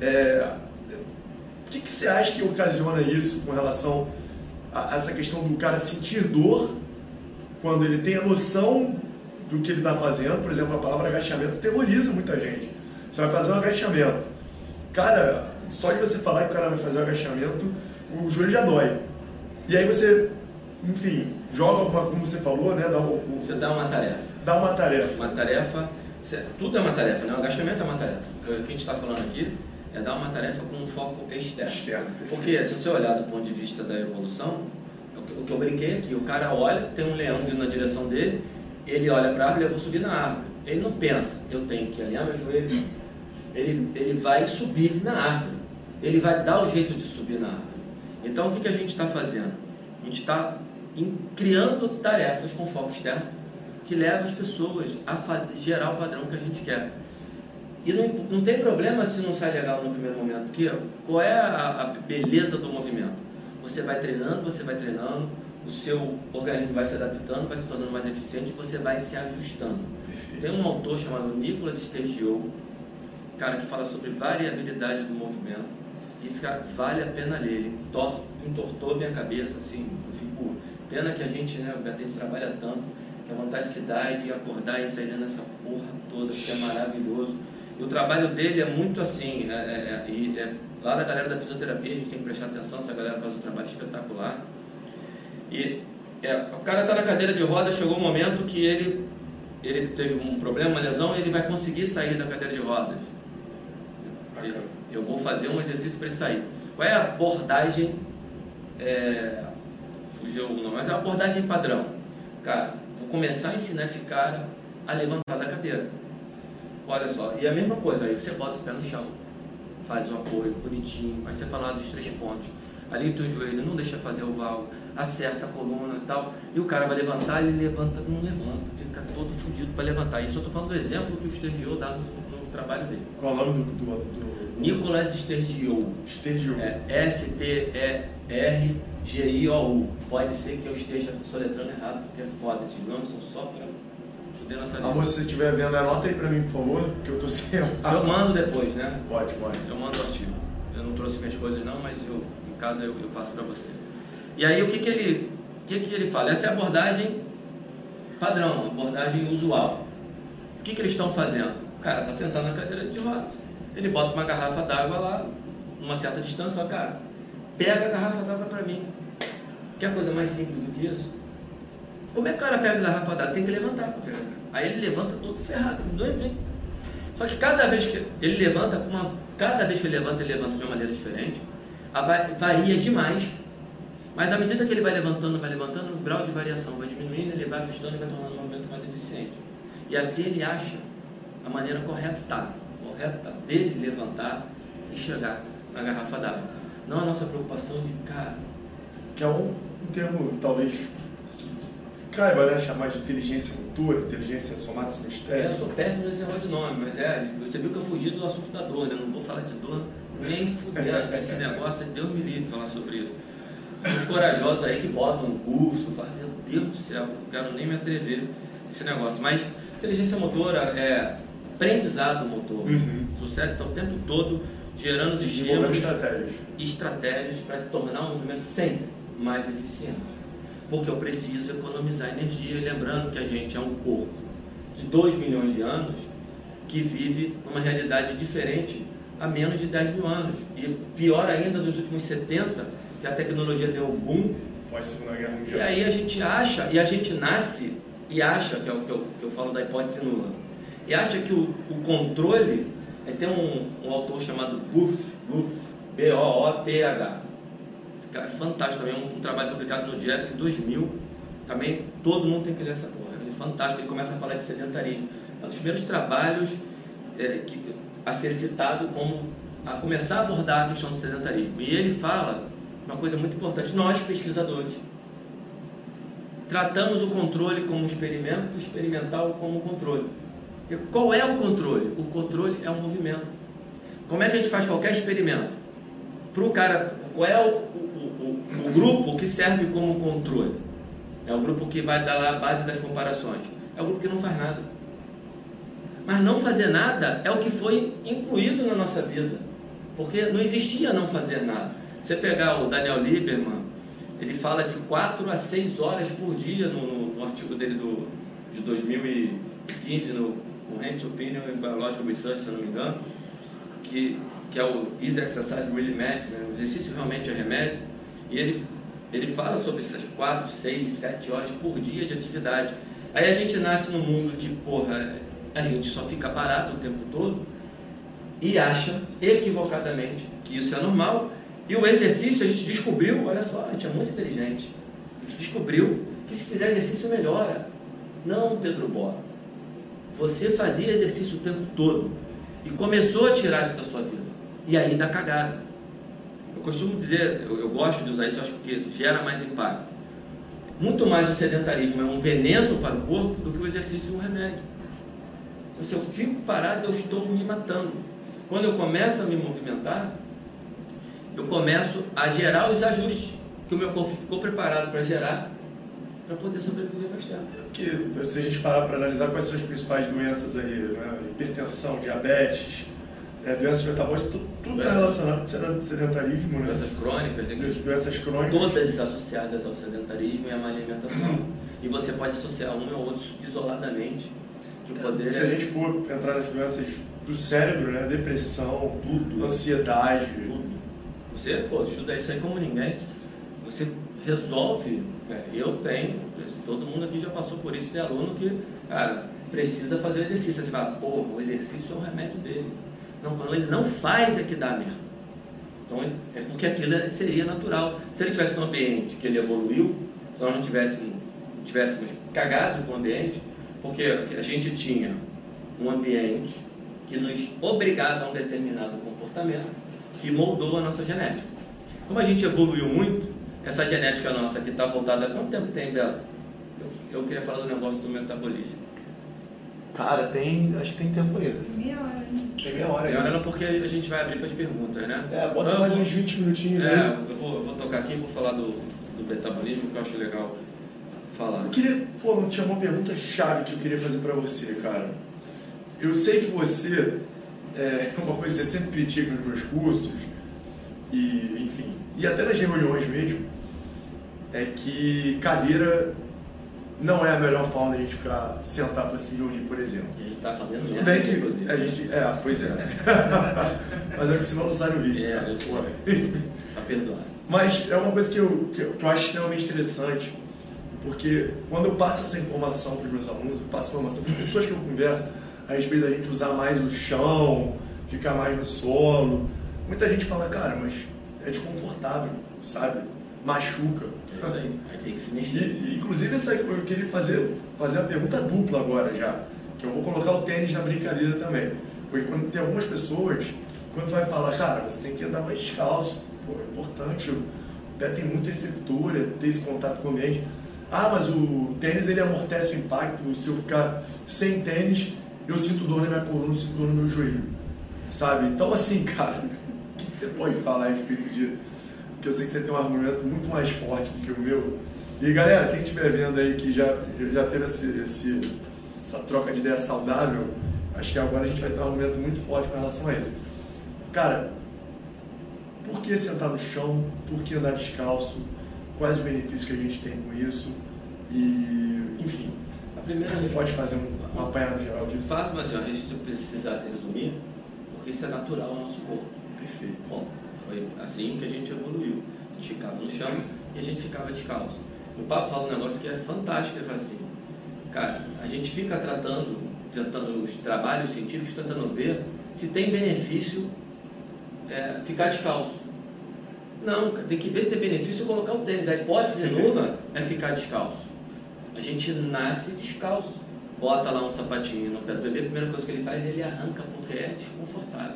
O que você acha que ocasiona isso com relação a essa questão do cara sentir dor quando ele tem a noção do que ele está fazendo? Por exemplo, a palavra agachamento terroriza muita gente. Você vai fazer um agachamento. Cara, só de você falar que o cara vai fazer o agachamento, o joelho já dói. E aí você, enfim, joga alguma, como você falou, né? Você dá uma tarefa. Dá uma tarefa. Uma tarefa, tudo é uma tarefa, né? O agachamento é uma tarefa. O que a gente está falando aqui é dar uma tarefa com um foco externo. Porque se você olhar do ponto de vista da evolução, o que eu brinquei aqui, o cara olha, tem um leão vindo na direção dele, ele olha para a árvore, eu vou subir na árvore. Ele não pensa, eu tenho que alinhar meu joelho. Ele vai subir na árvore. Ele vai dar o jeito de subir na árvore. Então, o que a gente está fazendo? A gente está criando tarefas com foco externo que levam as pessoas a gerar o padrão que a gente quer. E não tem problema se não sai legal no primeiro momento, porque qual é a beleza do movimento? Você vai treinando, o seu organismo vai se adaptando, vai se tornando mais eficiente, você vai se ajustando. Tem um autor chamado Nicolas Sturgeon, cara que fala sobre variabilidade do movimento. Esse cara vale a pena ler. Ele entortou minha cabeça, assim, eu fico... Pena que a gente, né, a gente trabalha tanto, que a vontade que dá é de acordar e sair nessa porra toda, que é maravilhoso. E o trabalho dele é muito assim, lá da galera da fisioterapia, a gente tem que prestar atenção, essa galera faz um trabalho espetacular. E o cara está na cadeira de rodas, chegou um momento que ele teve um problema, uma lesão, e ele vai conseguir sair da cadeira de rodas. Eu vou fazer um exercício para ele sair. Qual é a abordagem? Fugiu o nome, mas é a abordagem padrão. Cara, vou começar a ensinar esse cara a levantar da cadeira. Olha só, e a mesma coisa, aí você bota o pé no chão, faz um apoio bonitinho, aí você fala dos 3 pontos. Ali o teu joelho, não deixa fazer o valgo, acerta a coluna e tal, e o cara vai levantar, ele levanta, não levanta, fica todo fodido para levantar. Isso eu estou falando do exemplo que o Sturgeon dá no trabalho dele. Qual é o nome do... Nicolas Sturgeon. Sturgeon. S-T-E-R-G-I-O-U. Pode ser que eu esteja soletrando errado, porque é foda, esses nomes são só para fuder nossa vida. Se você estiver vendo, anota aí para mim, por favor, que eu estou sem... Eu mando depois, né? Pode. Eu mando o artigo. Eu não trouxe minhas coisas não, mas em casa eu passo para você. E aí o que ele fala? Essa é a abordagem padrão, abordagem usual. O que eles estão fazendo? O cara está sentado na cadeira de rodas. Ele bota uma garrafa d'água lá, numa certa distância, e fala, cara, pega a garrafa d'água para mim. Quer coisa mais simples do que isso? Como é que o cara pega a garrafa d'água? Tem que levantar para pegar. Aí ele levanta todo ferrado, não vem. Só que cada vez que ele levanta, ele levanta de uma maneira diferente, varia demais. Mas à medida que ele vai levantando, o grau de variação vai diminuindo, ele vai ajustando e vai tornando o movimento mais eficiente. E assim ele acha a maneira correta dele levantar e chegar na garrafa d'água. Não a nossa preocupação de, cara... Que é um termo, talvez, caiba, né? Chamar de inteligência motora, inteligência somatosinestéstica. Eu sou péssimo nesse negócio de nome, mas você viu que eu fugi do assunto da dor, né? Não vou falar de dor nem fudendo. Esse negócio, Deus me livre falar sobre isso. Os corajosos aí que botam um curso, falam, meu Deus do céu, não quero nem me atrever nesse negócio. Mas inteligência motora é aprendizado motor. Sucesso está o tempo todo gerando estímulos, estratégias para tornar o movimento sempre mais eficiente. Porque eu preciso economizar energia. E lembrando que a gente é um corpo de 2 milhões de anos que vive numa realidade diferente há menos de 10 mil anos. E pior ainda, nos últimos 70, que a tecnologia deu um boom. Pós-Segunda Guerra Mundial. E aí a gente acha, e a gente nasce e acha, que é o que eu falo da hipótese nula, e acha que o controle... Tem um autor chamado Booth, B-O-O-T-H. Esse cara é fantástico também, um trabalho publicado no JET em 2000. Também todo mundo tem que ler essa porra. Ele é fantástico, ele começa a falar de sedentarismo. É um dos primeiros trabalhos a ser citado como a começar a abordar a questão do sedentarismo. E ele fala uma coisa muito importante. Nós, pesquisadores, tratamos o controle como experimento, o experimental como controle. E qual é o controle? O controle é um movimento. Como é que a gente faz qualquer experimento? Para o cara, qual é o grupo que serve como controle? É o grupo que vai dar lá a base das comparações. É o grupo que não faz nada. Mas não fazer nada é o que foi incluído na nossa vida. Porque não existia não fazer nada. Você pegar o Daniel Lieberman, ele fala de 4 a 6 horas por dia no artigo dele de 2015, no Current Opinion in Biological Research, se eu não me engano, que é o Is Exercise Really Medicine, né? O exercício realmente é remédio, e ele fala sobre essas 4, 6, 7 horas por dia de atividade. Aí a gente nasce num mundo que, porra, a gente só fica parado o tempo todo e acha, equivocadamente, que isso é normal, e o exercício a gente descobriu, olha só, a gente é muito inteligente, a gente descobriu que se fizer exercício melhora. Não, Pedro Bó. Você fazia exercício o tempo todo e começou a tirar isso da sua vida. E aí dá cagada. Eu costumo dizer, eu gosto de usar isso, eu acho que gera mais impacto. Muito mais o sedentarismo é um veneno para o corpo do que o exercício um remédio. Então, se eu fico parado, eu estou me matando. Quando eu começo a me movimentar, eu começo a gerar os ajustes que o meu corpo ficou preparado para gerar, para poder sobreviver mais tempo. Porque se a gente parar para analisar quais são as principais doenças aí, né? Hipertensão, diabetes, doenças metabólicas, tudo está relacionado com sedentarismo, né? Doenças crônicas, né? Doenças crônicas. Todas associadas ao sedentarismo e à má alimentação. E você pode associar um ou outro isoladamente. Se a gente for entrar nas doenças do cérebro, né? Depressão, tudo, ansiedade. Tudo. Você, estuda isso aí como ninguém. Você resolve. Eu tenho, todo mundo aqui já passou por isso de aluno que, cara, precisa fazer o exercício. Você fala, porra, o exercício é o remédio dele. Não, quando ele não faz é que dá merda. Então, é porque aquilo seria natural. Se ele tivesse num ambiente que ele evoluiu, se nós não tivéssemos cagado com o ambiente, porque a gente tinha um ambiente que nos obrigava a um determinado comportamento que moldou a nossa genética. Como a gente evoluiu muito, essa genética nossa que está voltada há quanto tempo tem, Beto? Eu queria falar do negócio do metabolismo. Cara, acho que tem tempo aí. Meia hora, hein? Tem meia hora aí. Meia hora não, porque a gente vai abrir para as perguntas, né? Bota mais uns 20 minutinhos aí. Eu vou tocar aqui e vou falar do metabolismo, que eu acho legal falar. Eu queria, tinha uma pergunta chave que eu queria fazer para você, cara. Eu sei que você, uma coisa que você sempre critica nos meus cursos, e enfim, e até nas reuniões mesmo, é que cadeira não é a melhor forma de a gente ficar sentar para se reunir, por exemplo. E a gente está fazendo tudo mesmo, bem que inclusive. a gente... pois é. Mas é que senão não sai no vídeo. Está perdoado. Mas é uma coisa que eu acho extremamente interessante, porque quando eu passo essa informação para os meus alunos, eu passo informação para as pessoas que eu converso a respeito da gente usar mais o chão, ficar mais no solo, muita gente fala, cara, mas é desconfortável, sabe? Machuca. É isso aí tem que se mexer. Inclusive, eu queria fazer a pergunta dupla agora já, que eu vou colocar o tênis na brincadeira também. Porque quando tem algumas pessoas, quando você vai falar, cara, você tem que andar mais descalço, pô, é importante, o pé tem muita receptora, ter esse contato com o ambiente. Ah, mas o tênis ele amortece o impacto, se eu ficar sem tênis, eu sinto dor na minha coluna, eu sinto dor no meu joelho, sabe? Então assim, cara, o que você pode falar a respeito disso? Porque eu sei que você tem um argumento muito mais forte do que o meu. E galera, quem estiver vendo aí que já teve essa troca de ideia saudável, acho que agora a gente vai ter um argumento muito forte com relação a isso. Cara, por que sentar no chão? Por que andar descalço? Quais os benefícios que a gente tem com isso? E, enfim, a primeira você pode fazer um apanhado geral disso? Fácil, mas assim, a gente precisasse resumir, porque isso é natural ao nosso corpo. Perfeito. Bom, foi assim que a gente evoluiu. A gente ficava no chão e a gente ficava descalço. O Papo fala um negócio que é fantástico, ele fala assim, cara, a gente fica tentando os trabalhos científicos, tentando ver se tem benefício ficar descalço. Não, tem que ver se tem benefício colocar o tênis. A hipótese nula é ficar descalço. A gente nasce descalço. Bota lá um sapatinho no pé do bebê, a primeira coisa que ele faz, ele arranca porque é desconfortável.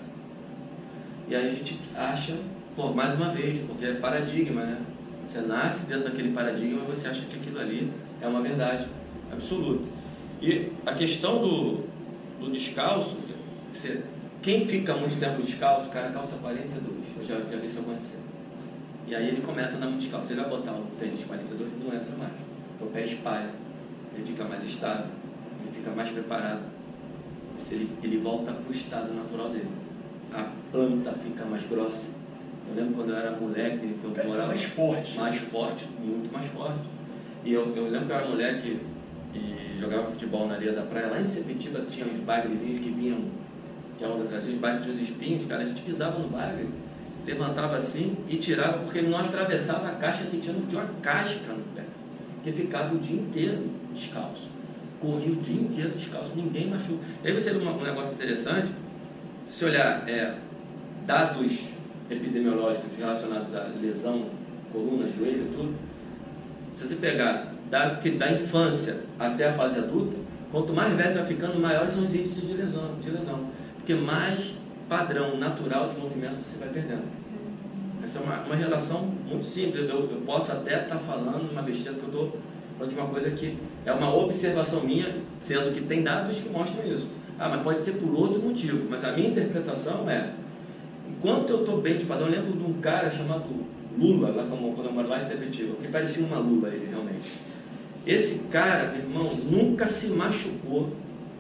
E aí a gente acha, mais uma vez, porque é paradigma, né? Você nasce dentro daquele paradigma e você acha que aquilo ali é uma verdade absoluta. E a questão do descalço, quem fica muito tempo descalço, o cara calça 42, eu já vi isso acontecer. E aí ele começa a andar muito descalço, ele vai botar o tênis 42 e não entra mais, porque o pé espalha, ele fica mais estável, ele fica mais preparado, ele volta para o estado natural dele, a planta fica mais grossa. Eu lembro quando eu era moleque, que eu morava mais forte, muito mais forte. E eu lembro que eu era moleque e jogava futebol na areia da praia, lá em Sepetiba tinha uns bagrezinhos que vinham, que a onda trazia, os bagres tinham os espinhos, cara, a gente pisava no bagre, levantava assim e tirava, porque ele não atravessava a casca, que tinha uma casca no pé, que ficava o dia inteiro descalço, corria o dia inteiro descalço, ninguém machuca. E aí você vê um negócio interessante, se você olhar dados epidemiológicos relacionados à lesão, coluna, joelho, tudo, se você pegar da infância até a fase adulta, quanto mais velho vai ficando, maiores são os índices de lesão, porque mais padrão natural de movimento você vai perdendo. Essa é uma relação muito simples. Eu posso até estar falando uma besteira, porque eu estou falando de uma coisa que é uma observação minha, sendo que tem dados que mostram isso. Mas pode ser por outro motivo, mas a minha interpretação enquanto eu estou bem de padrão, eu lembro de um cara chamado Lula, lá quando eu moro lá em Sepetiba, que parecia uma Lula ele realmente. Esse cara, meu irmão, nunca se machucou.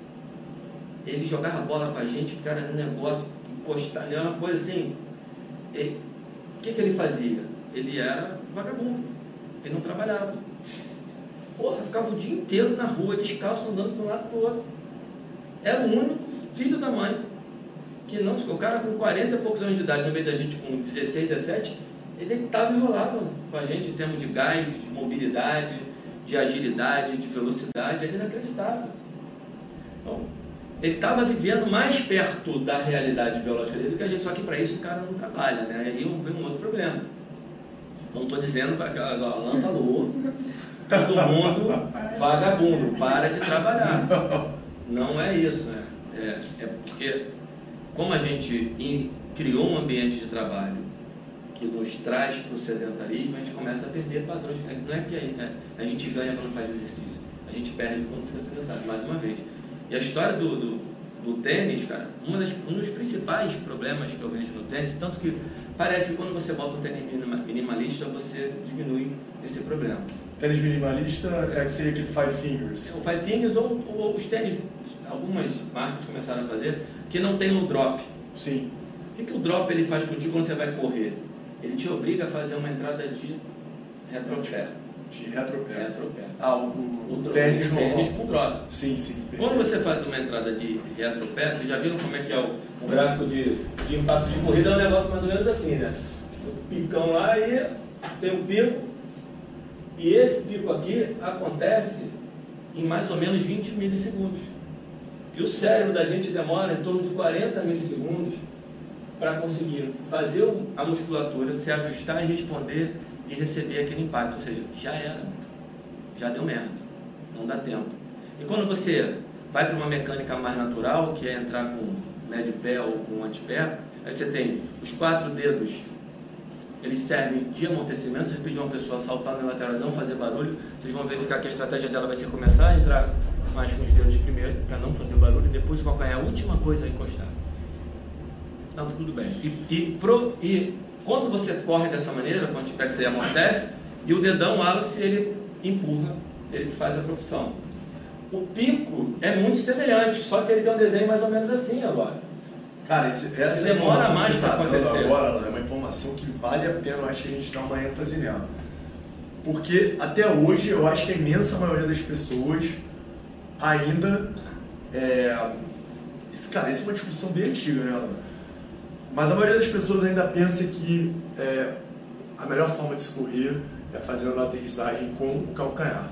Ele jogava bola com a gente, cara, era um negócio, encostar, era uma coisa assim. O que ele fazia? Ele era vagabundo, ele não trabalhava. Ficava o dia inteiro na rua, descalço, andando de um lado para o outro. Era o único filho da mãe que não, o cara com 40 e poucos anos de idade, no meio da gente com 16, 17, ele estava enrolado com a gente em termos de gás, de mobilidade, de agilidade, de velocidade, ele inacreditável. Então, ele estava vivendo mais perto da realidade biológica dele do que a gente, só que para isso o cara não trabalha, né? Aí vem um outro problema. Não estou dizendo para aquela Alan falou, todo mundo vagabundo, para de trabalhar. Não é isso, né? É porque, como a gente criou um ambiente de trabalho que nos traz para o sedentarismo, a gente começa a perder padrões. Não é que a gente ganha quando faz exercício, a gente perde quando fica sedentário, mais uma vez. E a história do tênis, cara, um dos principais problemas que eu vejo no tênis, tanto que parece que quando você bota um tênis minimalista, você diminui esse problema. Tênis minimalista seria aquele Five Fingers? O Five Fingers ou os tênis, algumas marcas começaram a fazer, que não tem um drop. Sim. O que o drop ele faz contigo quando você vai correr? Ele te obriga a fazer uma entrada de retropé. De retropé. O tênis com drop. Sim, sim. Quando você faz uma entrada de retropé, vocês já viram como é que é o gráfico de impacto de corrida? É um negócio mais ou menos assim, né? O picão lá e tem um pico, e esse pico aqui acontece em mais ou menos 20 milissegundos. E o cérebro da gente demora em torno de 40 milissegundos para conseguir fazer a musculatura se ajustar e responder e receber aquele impacto. Ou seja, já era, já deu merda, não dá tempo. E quando você vai para uma mecânica mais natural, que é entrar com médio pé ou com antepé, aí você tem os 4 dedos, eles servem de amortecimento. Se você pedir uma pessoa saltar na lateral e não fazer barulho, vocês vão verificar que a estratégia dela vai ser começar a entrar mais com os dedos primeiro, para não fazer barulho, e depois o calcanhar é a última coisa a encostar. Então, tudo bem. E quando você corre dessa maneira, quando te pega, você amortece, e o dedão, o hálux, ele empurra, ele faz a propulsão. O pico é muito semelhante, só que ele tem um desenho mais ou menos assim agora. Cara, essa demora mais para acontecer. Agora é uma informação que vale a pena, eu acho que a gente dá uma ênfase nela. Porque até hoje eu acho que a imensa maioria das pessoas ainda. Cara, isso é uma discussão bem antiga, né, Alan? Mas a maioria das pessoas ainda pensa que a melhor forma de se correr é fazendo a aterrissagem com o calcanhar.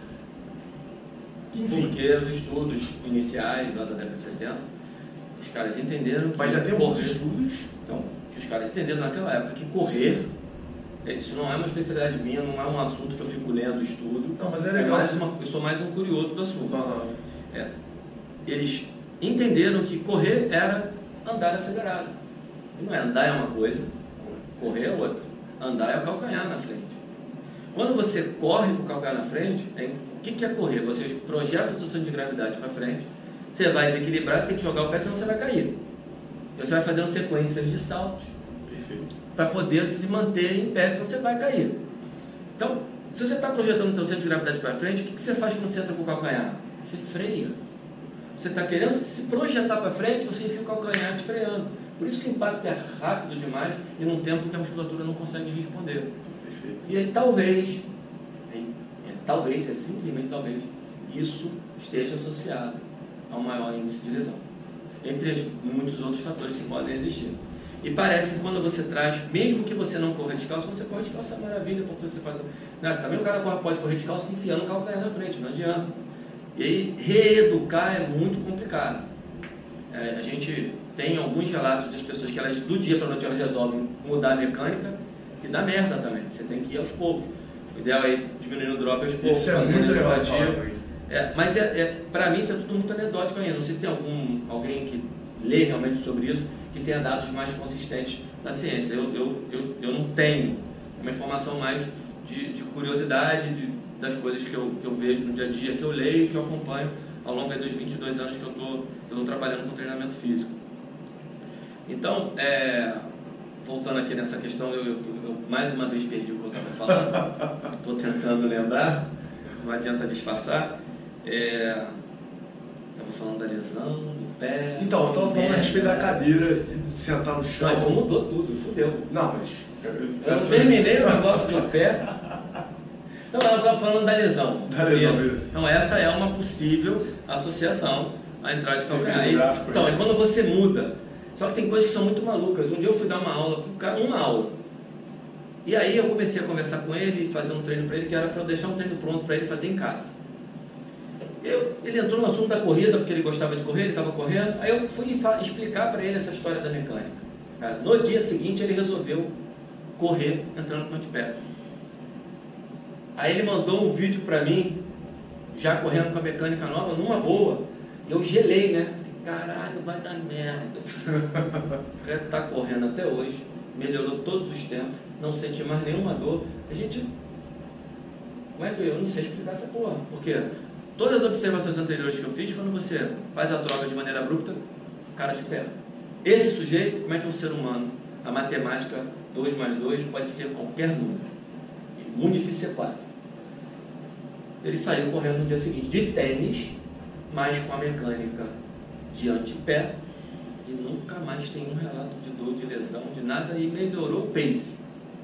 Enfim. Porque os estudos iniciais lá da década de 70, os caras entenderam que... Mas já tem alguns estudos? Então, que os caras entenderam naquela época que correr, isso não é uma especialidade minha, não é um assunto que eu fico lendo estudo. Não, mas é legal. Eu sou mais um curioso do assunto. Uhum. Eles entenderam que correr era andar acelerado. Não é andar é uma coisa, correr é outra. Andar é o calcanhar na frente. Quando você corre com o calcanhar na frente, o que é correr? Você projeta o seu centro de gravidade para frente, você vai desequilibrar, você tem que jogar o pé, senão você vai cair. Você vai fazendo sequências de saltos para poder se manter em pé, senão você vai cair. Então, se você está projetando o seu centro de gravidade para frente, o que você faz quando você entra com o calcanhar? Você freia. Você está querendo se projetar para frente, você enfia o calcanhar te freando. Por isso que o impacto é rápido demais e num tempo que a musculatura não consegue responder. Perfeito. E aí talvez, simplesmente talvez, isso esteja associado a um maior índice de lesão. Entre muitos outros fatores que podem existir. E parece que quando você traz, mesmo que você não corra descalço, quando você corre descalço é maravilha, porque você faz... Também o cara pode correr descalço enfiando o calcanhar na frente, não adianta. E aí, reeducar é muito complicado. A gente tem alguns relatos das pessoas que elas, do dia para a noite, elas resolvem mudar a mecânica e dá merda também. Você tem que ir aos poucos. O ideal é diminuir o drop aos poucos. Isso é muito legal. Mas para mim isso é tudo muito anedótico ainda. Não sei se tem alguém que lê realmente sobre isso, que tenha dados mais consistentes na ciência. Eu não tenho uma informação mais de curiosidade, das coisas que eu vejo no dia a dia, que eu leio, que eu acompanho ao longo dos 22 anos que eu estou trabalhando com treinamento físico. Então, voltando aqui nessa questão, eu mais uma vez perdi o que eu estava falando, estou tentando lembrar, não adianta disfarçar. Estava falando da lesão, do pé... Então, eu estava falando a respeito da cadeira e de sentar no chão. Não, então mudou tudo, fudeu. Não, mas... Eu não terminei o negócio do pé. Então, nós estávamos falando da lesão. Beleza. Então, essa é uma possível associação à entrada de calcanhar. Então, é quando você muda. Só que tem coisas que são muito malucas. Um dia eu fui dar uma aula para o cara, uma aula. E aí eu comecei a conversar com ele, fazer um treino para ele, que era para eu deixar um treino pronto para ele fazer em casa. Ele entrou no assunto da corrida, porque ele gostava de correr, ele estava correndo. Aí eu fui explicar para ele essa história da mecânica. Cara, no dia seguinte ele resolveu correr entrando com o antepé. Aí ele mandou um vídeo para mim, já correndo com a mecânica nova, numa boa. E eu gelei, né? Caralho, vai dar merda. O cara está correndo até hoje, melhorou todos os tempos, não senti mais nenhuma dor. A gente... Como é que eu não sei explicar essa porra? Porque todas as observações anteriores que eu fiz, quando você faz a troca de maneira abrupta, o cara se perde. Esse sujeito, como é que é um ser humano? A matemática 2 mais 2 pode ser qualquer número. E muito difícil ser 4. Ele saiu correndo no dia seguinte de tênis, mas com a mecânica de antepé, e nunca mais tem um relato de dor, de lesão, de nada, e melhorou o pace.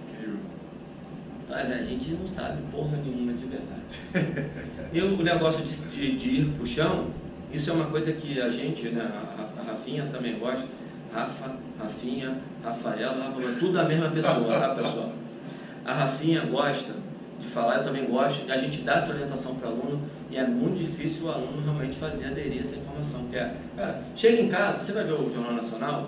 Mas a gente não sabe porra nenhuma de verdade. E o negócio de ir pro chão, isso é uma coisa que a gente, né, a Rafinha também gosta. Rafa, Rafinha, Rafaela, tudo a mesma pessoa, tá, pessoal? A Rafinha gosta de falar, eu também gosto, a gente dá essa orientação para o aluno e é muito difícil o aluno realmente fazer aderir a essa informação. Porque, cara, chega em casa, você vai ver o Jornal Nacional,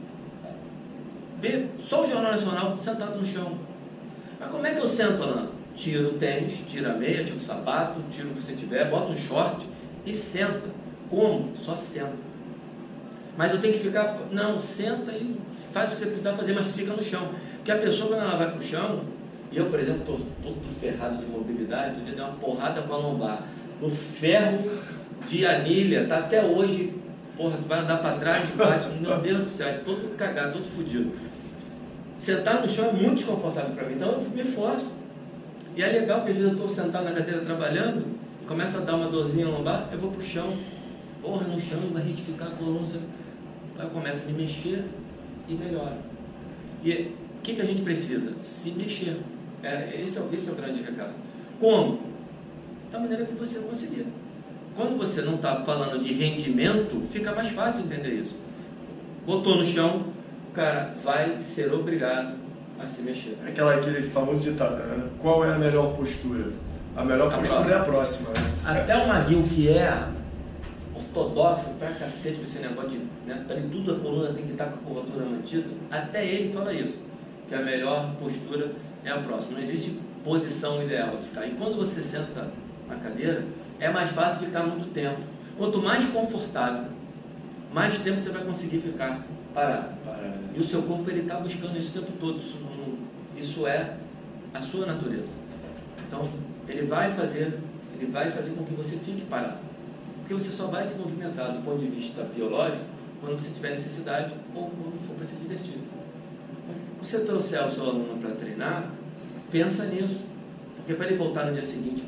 vê só o Jornal Nacional sentado no chão. Mas como é que eu sento, Alan? Tira o tênis, tira a meia, tira o sapato, tira o que você tiver, bota um short e senta. Como? Só senta. Mas eu tenho que ficar... Não, senta e faz o que você precisar fazer, mas fica no chão. Porque a pessoa, quando ela vai para o chão, e eu, por exemplo, estou todo ferrado de mobilidade, eu dei uma porrada com a lombar. No ferro de anilha, tá até hoje, porra, tu vai andar para trás e bate, meu Deus do céu, é todo cagado, todo fodido. Sentar no chão é muito desconfortável para mim, então eu me forço. E é legal porque às vezes eu estou sentado na cadeira trabalhando, e começa a dar uma dorzinha lombar, eu vou para o chão. Porra, no chão vai retificar a coluna, então eu começo a me mexer e melhora. E o que a gente precisa? Se mexer. Esse é o grande recado. Como? Da maneira que você conseguir. Quando você não está falando de rendimento, fica mais fácil entender isso. Botou no chão, o cara vai ser obrigado a se mexer. Aquele famoso ditado, né? Qual é a melhor postura? A melhor postura é a próxima. Né? Até o Maguil, que é ortodoxo pra cacete com esse negócio de... Né, também tudo a coluna tem que estar com a curvatura mantida. Até ele fala isso, que a melhor postura é a próxima. Não existe posição ideal de ficar. E quando você senta na cadeira, é mais fácil ficar muito tempo. Quanto mais confortável, mais tempo você vai conseguir ficar parado. E o seu corpo está buscando isso o tempo todo. Isso é a sua natureza. Então, ele vai fazer com que você fique parado. Porque você só vai se movimentar do ponto de vista biológico quando você tiver necessidade ou quando for para se divertir. Se você trouxer o seu aluno para treinar, pensa nisso. Porque para ele voltar no dia seguinte,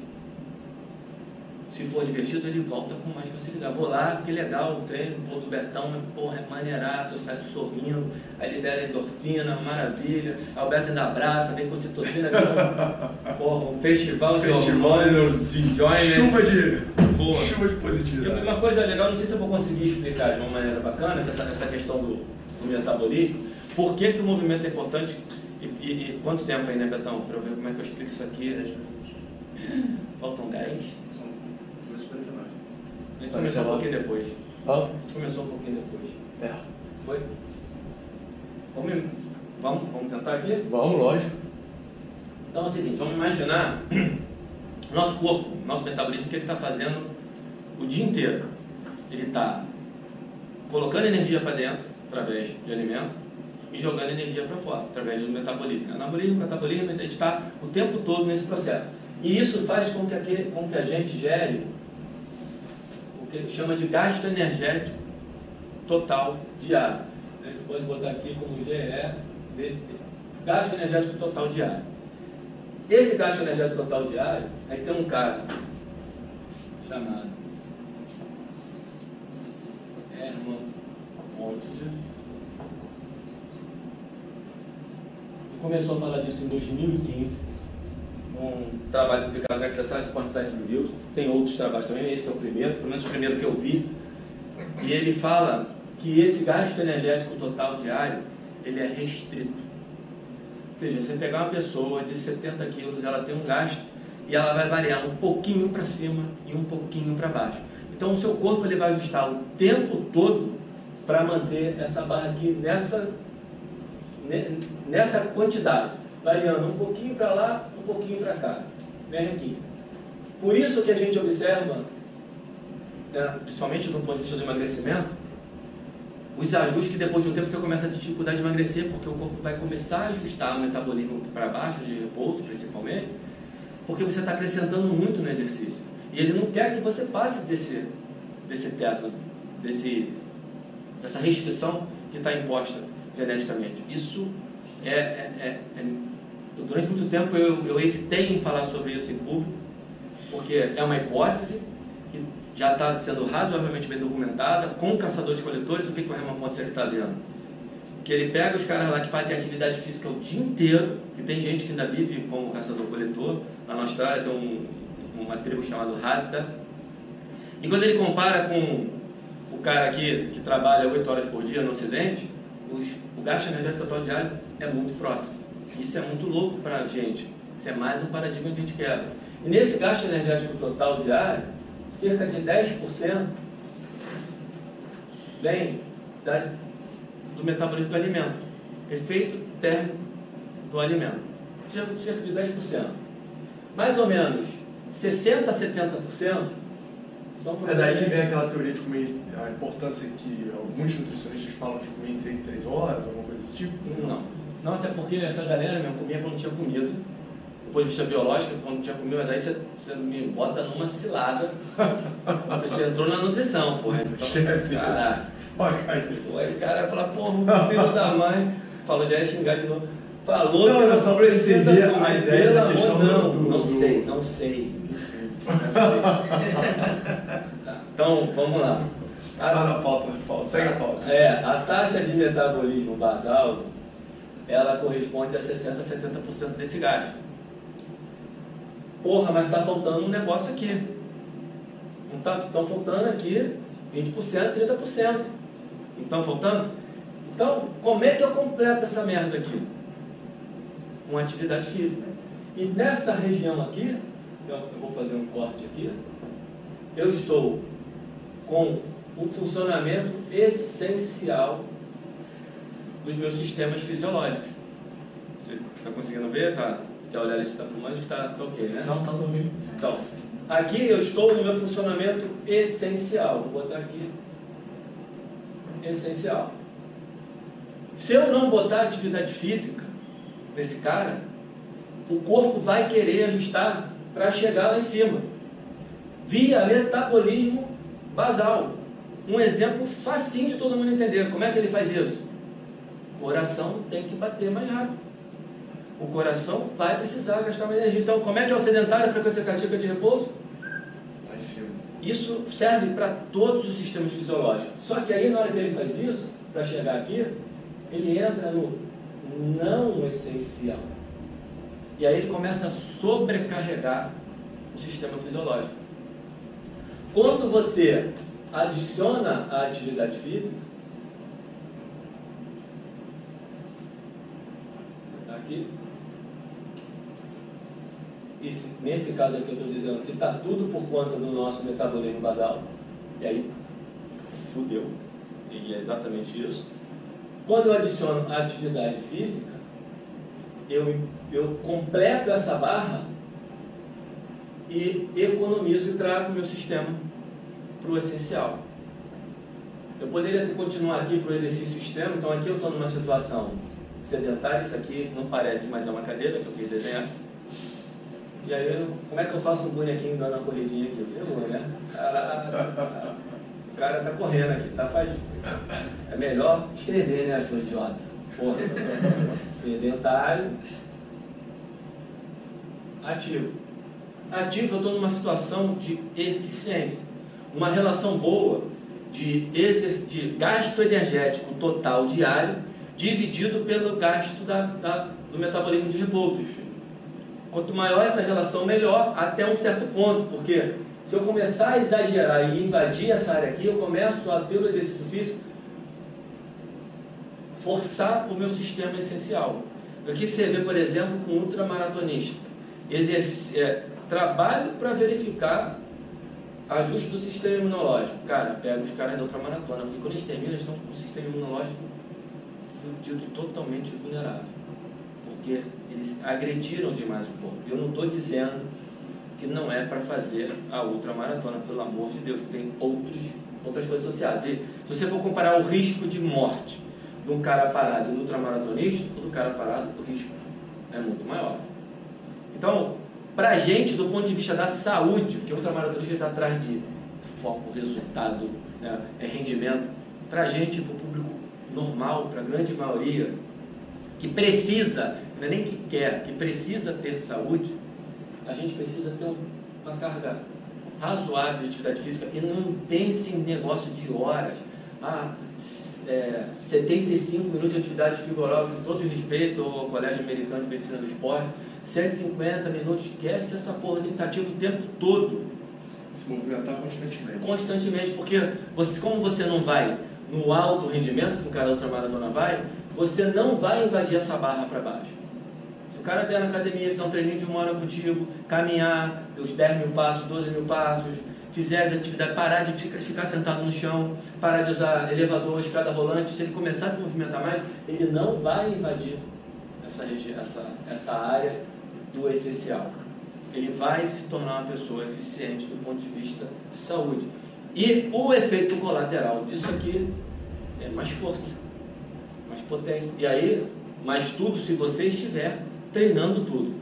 se for divertido, ele volta com mais facilidade. Vou lá, que legal o treino, pô, do Betão, porra, é maneiraço, eu saio sorrindo, aí libera endorfina, maravilha, Alberto ainda abraça, vem com citocina, porra, um festival de hormônio, de enjoyment. Chuva de positividade. E uma coisa legal, não sei se eu vou conseguir explicar de uma maneira bacana, essa questão do metabolismo, por que o movimento é importante e quanto tempo aí, né, Betão, para eu ver como é que eu explico isso aqui. Faltam 10? São 2h49. A gente começou um pouquinho depois. A gente começou um pouquinho depois. Foi? Vamos tentar aqui? Vamos, lógico. Então é o seguinte, vamos imaginar nosso corpo, nosso metabolismo, que ele está fazendo o dia inteiro. Ele está colocando energia para dentro, através de alimento, e jogando energia para fora, através do metabolismo. Anabolismo, metabolismo, a gente está o tempo todo nesse processo. E isso faz com que a gente gere o que a gente chama de gasto energético total diário. A gente pode botar aqui como GEDT, gasto energético total diário. Esse gasto energético total diário, aí tem um cara chamado Herman Montiel. Começou a falar disso em 2015, um trabalho publicado no Exercise Point Science Reviews. Tem outros trabalhos também, esse é o primeiro, pelo menos o primeiro que eu vi. E ele fala que esse gasto energético total diário, ele é restrito. Ou seja, você pegar uma pessoa de 70 quilos, ela tem um gasto e ela vai variar um pouquinho para cima e um pouquinho para baixo. Então o seu corpo ele vai ajustar o tempo todo para manter essa barra aqui nessa quantidade, variando um pouquinho para lá, um pouquinho para cá, bem aqui. Por isso que a gente observa, né, principalmente no ponto de vista do emagrecimento, os ajustes que depois de um tempo você começa a ter dificuldade de emagrecer, porque o corpo vai começar a ajustar o metabolismo para baixo, de repouso principalmente, porque você está acrescentando muito no exercício. E ele não quer que você passe desse teto, dessa restrição que está imposta geneticamente. Isso durante muito tempo eu hesitei em falar sobre isso em público, porque é uma hipótese que já está sendo razoavelmente bem documentada, com caçadores-coletores. O que o Herman Pontes está vendo? Que ele pega os caras lá que fazem atividade física o dia inteiro, que tem gente que ainda vive como caçador-coletor. Lá na Austrália tem uma tribo chamada Hazda. E quando ele compara com o cara aqui que trabalha 8 horas por dia no Ocidente, o gasto energético total diário é muito próximo. Isso é muito louco para a gente. Isso é mais um paradigma que a gente quebra. E nesse gasto energético total diário, cerca de 10% vem do metabolismo do alimento. Efeito térmico do alimento. Cerca de 10%. Mais ou menos 60% a 70% são É daí que vem aquela teoria de comer, a importância que alguns nutricionistas falam de comer em 3 horas, alguma coisa desse tipo? Não, até porque essa galera mesmo comia quando tinha comido. Depois de vista biológica, quando tinha comido, mas aí você me bota numa cilada. Você entrou na nutrição, porra. Esquece. Caraca. O cara fala, porra, o filho da mãe. Falou, já ia xingar de novo. Falou que não só precisa comer a ideia da questão. Não sei. Tá, então, vamos lá. Na pauta, segue a pauta. A taxa de metabolismo basal, ela corresponde a 60% a 70% desse gasto. Porra, mas está faltando um negócio aqui. Não estão faltando aqui 20%, 30%. Não estão faltando? Então, como é que eu completo essa merda aqui? Com atividade física. E nessa região aqui, eu vou fazer um corte aqui, eu estou com um funcionamento essencial dos meus sistemas fisiológicos. Você está conseguindo ver? Tá? Quer olhar ali se está filmando? Está ok, né? Não, está dormindo. Então, aqui eu estou no meu funcionamento essencial. Vou botar aqui. Essencial. Se eu não botar atividade física nesse cara, o corpo vai querer ajustar para chegar lá em cima. Via metabolismo basal. Um exemplo facinho de todo mundo entender. Como é que ele faz isso? O coração tem que bater mais rápido. O coração vai precisar gastar mais energia. Então, como é que é o sedentário, a frequência cardíaca de repouso? Lá em cima. Isso serve para todos os sistemas fisiológicos. Só que aí, na hora que ele faz isso, para chegar aqui, ele entra no não essencial. E aí ele começa a sobrecarregar o sistema fisiológico. Quando você adiciona a atividade física, você está aqui, e nesse caso aqui eu estou dizendo que está tudo por conta do nosso metabolismo basal, e aí fudeu, e é exatamente isso. Quando eu adiciono a atividade física, eu completo essa barra e economizo e trago o meu sistema para o essencial. Eu poderia continuar aqui para o exercício extremo, então aqui eu estou numa situação sedentária, isso aqui não parece, mas é uma cadeira que eu quis desenhar. E aí, como é que eu faço um bonequinho dando uma corridinha aqui? Ferrou, né? O cara está correndo aqui, tá fazendo. É melhor escrever, né, seu idiota? Porra, sedentário, ativo. Ativo, eu estou numa situação de eficiência. Uma relação boa de gasto energético total diário dividido pelo gasto do metabolismo de repouso. Quanto maior essa relação, melhor, até um certo ponto, porque se eu começar a exagerar e invadir essa área aqui, eu começo a, pelo exercício físico, forçar o meu sistema essencial. O que você vê, por exemplo, com um ultramaratonista? Trabalho para verificar ajuste do sistema imunológico. Cara, pega os caras da ultramaratona, porque quando eles terminam, eles estão com o sistema imunológico fudido, totalmente vulnerável. Porque eles agrediram demais o corpo. Eu não estou dizendo que não é para fazer a ultramaratona, pelo amor de Deus, tem outras coisas associadas. E se você for comparar o risco de morte de um cara parado e do ultramaratonista, do cara parado, o risco é muito maior. Então, para a gente, do ponto de vista da saúde, porque o ultramaratonista está atrás de foco, resultado, né, rendimento, para a gente, para o público normal, para a grande maioria, que precisa, não é nem que quer, que precisa ter saúde, a gente precisa ter uma carga razoável de atividade física e não pense em negócio de horas. 75 minutos de atividade fisiológica, com todo respeito ao Colégio Americano de Medicina do Esporte, 150 minutos, esquece essa porra de ativo o tempo todo. Se movimentar constantemente. Constantemente, porque como você não vai no alto rendimento, que o cara da ultramaratona vai, você não vai invadir essa barra para baixo. o cara vier na academia, fizer um treininho de 1 hora contigo, caminhar, os 10 mil passos, 12 mil passos, fizer as atividades, parar de ficar sentado no chão, parar de usar elevador, escada rolante, se ele começar a se movimentar mais, ele não vai invadir essa área do essencial. Ele vai se tornar uma pessoa eficiente do ponto de vista de saúde. E o efeito colateral disso aqui é mais força, mais potência. E aí, mais tudo se você estiver treinando tudo.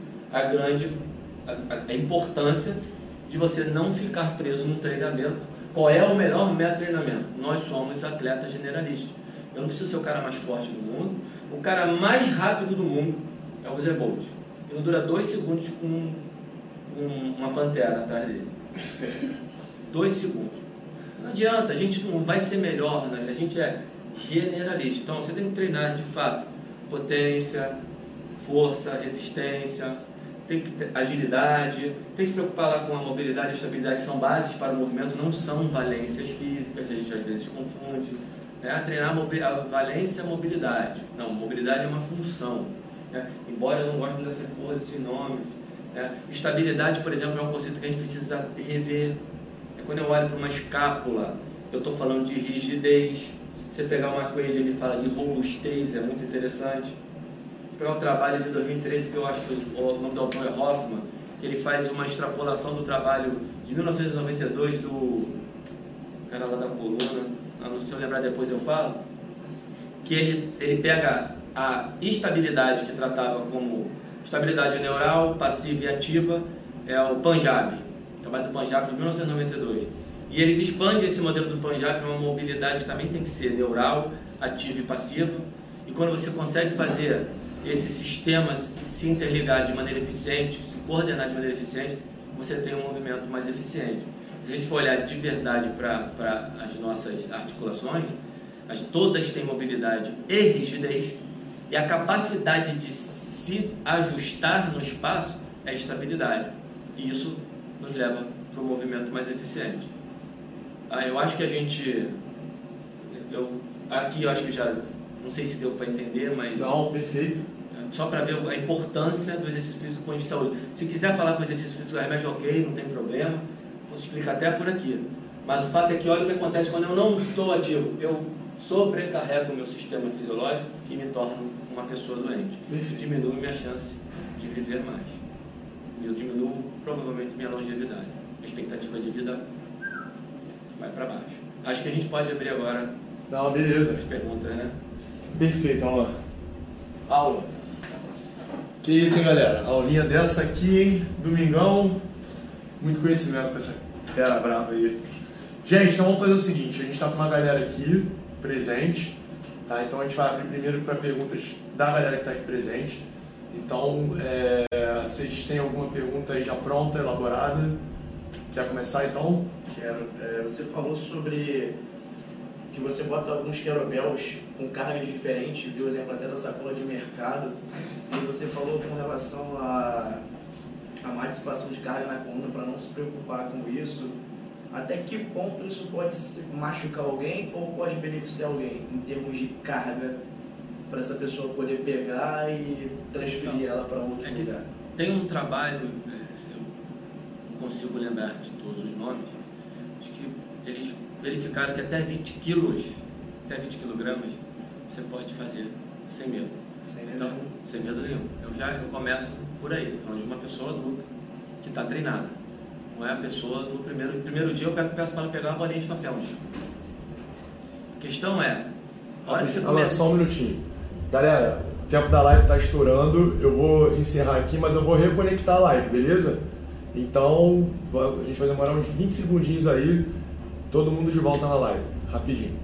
A importância de você não ficar preso no treinamento. Qual é o melhor método de treinamento? Nós somos atletas generalistas. Eu não preciso ser o cara mais forte do mundo. O cara mais rápido do mundo é o Usain Bolt. Ele dura 2 segundos com uma pantera atrás dele. 2 segundos. Não adianta, a gente não vai ser melhor, né? A gente é generalista. Então você tem que treinar de fato potência, força, resistência, tem que ter agilidade, tem que se preocupar lá com a mobilidade e a estabilidade, que são bases para o movimento, não são valências físicas, a gente às vezes confunde. Treinar a valência e a mobilidade. Não, mobilidade é uma função. Embora eu não goste dessa porra desses nomes. Estabilidade, por exemplo, é um conceito que a gente precisa rever. Quando eu olho para uma escápula, eu estou falando de rigidez. Você pegar uma McQuaid, ele fala de robustez, é muito interessante. Você pegar o trabalho de 2013, que eu acho que o nome do autor é Hoffman, que ele faz uma extrapolação do trabalho de 1992 do cara lá da coluna, se eu lembrar depois eu falo, que ele pega a estabilidade que tratava como estabilidade neural, passiva e ativa, é o Punjab, o trabalho do Punjab de 1992. E eles expandem esse modelo do Punjab para uma mobilidade que também tem que ser neural, ativa e passiva. E quando você consegue fazer esses sistemas se interligar de maneira eficiente, se coordenar de maneira eficiente, você tem um movimento mais eficiente. Se a gente for olhar de verdade para as nossas articulações, todas têm mobilidade e rigidez, e a capacidade de se ajustar no espaço é estabilidade. E isso nos leva para um movimento mais eficiente. Eu acho que a gente... Aqui eu acho que já... Não sei se deu para entender, mas... Não, perfeito. Só para ver a importância do exercício físico do ponto de saúde. Se quiser falar com o exercício físico, é remédio ok, não tem problema. Posso explicar até por aqui. Mas o fato é que olha o que acontece quando eu não estou ativo. Eu sobrecarrego o meu sistema fisiológico e me torno uma pessoa doente. Isso diminui minha chance de viver mais. Eu diminuo provavelmente minha longevidade. A expectativa de vida vai para baixo. Acho que a gente pode abrir agora. Não, beleza. As perguntas, né? Perfeito, vamos lá. Aula. Que isso, hein, galera? Aulinha dessa aqui, hein? Domingão. Muito conhecimento com essa fera brava aí. Gente, então vamos fazer o seguinte. A gente está com uma galera aqui presente, tá? Então a gente vai abrir primeiro para perguntas da galera que está aqui presente. Então, vocês têm alguma pergunta aí já pronta, elaborada? Quer começar então? Quero. Você falou sobre que você bota alguns kettlebells com cargas diferentes, viu? Exemplo até da sacola de mercado. E você falou com relação a má dissipação de carga na coluna para não se preocupar com isso. Até que ponto isso pode machucar alguém ou pode beneficiar alguém em termos de carga para essa pessoa poder pegar e transferir ela para outro lugar? Tem um trabalho, eu não consigo lembrar de todos os nomes, acho que eles verificaram que até 20 quilos, até 20 quilogramas, você pode fazer sem medo. Sem medo? Então, sem medo nenhum. Eu começo por aí, falando de uma pessoa adulta que está treinada. Não é a pessoa, no primeiro dia eu peço para ela pegar uma bolinha de papel no chão. A questão é, a hora que você começa... Só um minutinho. Galera, o tempo da live está estourando, eu vou encerrar aqui, mas eu vou reconectar a live, beleza? Então, a gente vai demorar uns 20 segundinhos aí, todo mundo de volta na live, rapidinho.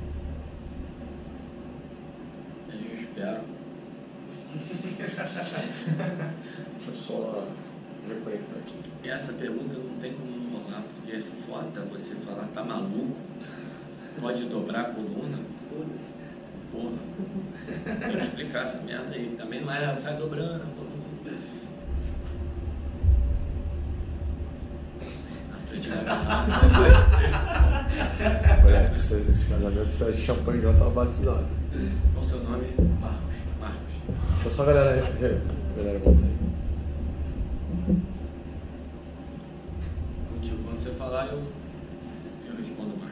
Eu espero. Deixa eu só reconectar aqui. E essa pergunta não tem como não rolar, porque é foda você falar, tá maluco? Pode dobrar a coluna? Foda-se. Porra. Tem que explicar essa merda aí. Também não é, sai dobrando a coluna. Na frente da garrafa. Olha, esse casamento, esse champanhe já tá batizado. Qual o seu nome? Marcos. Deixa só a galera voltar aí. falar, eu respondo mais.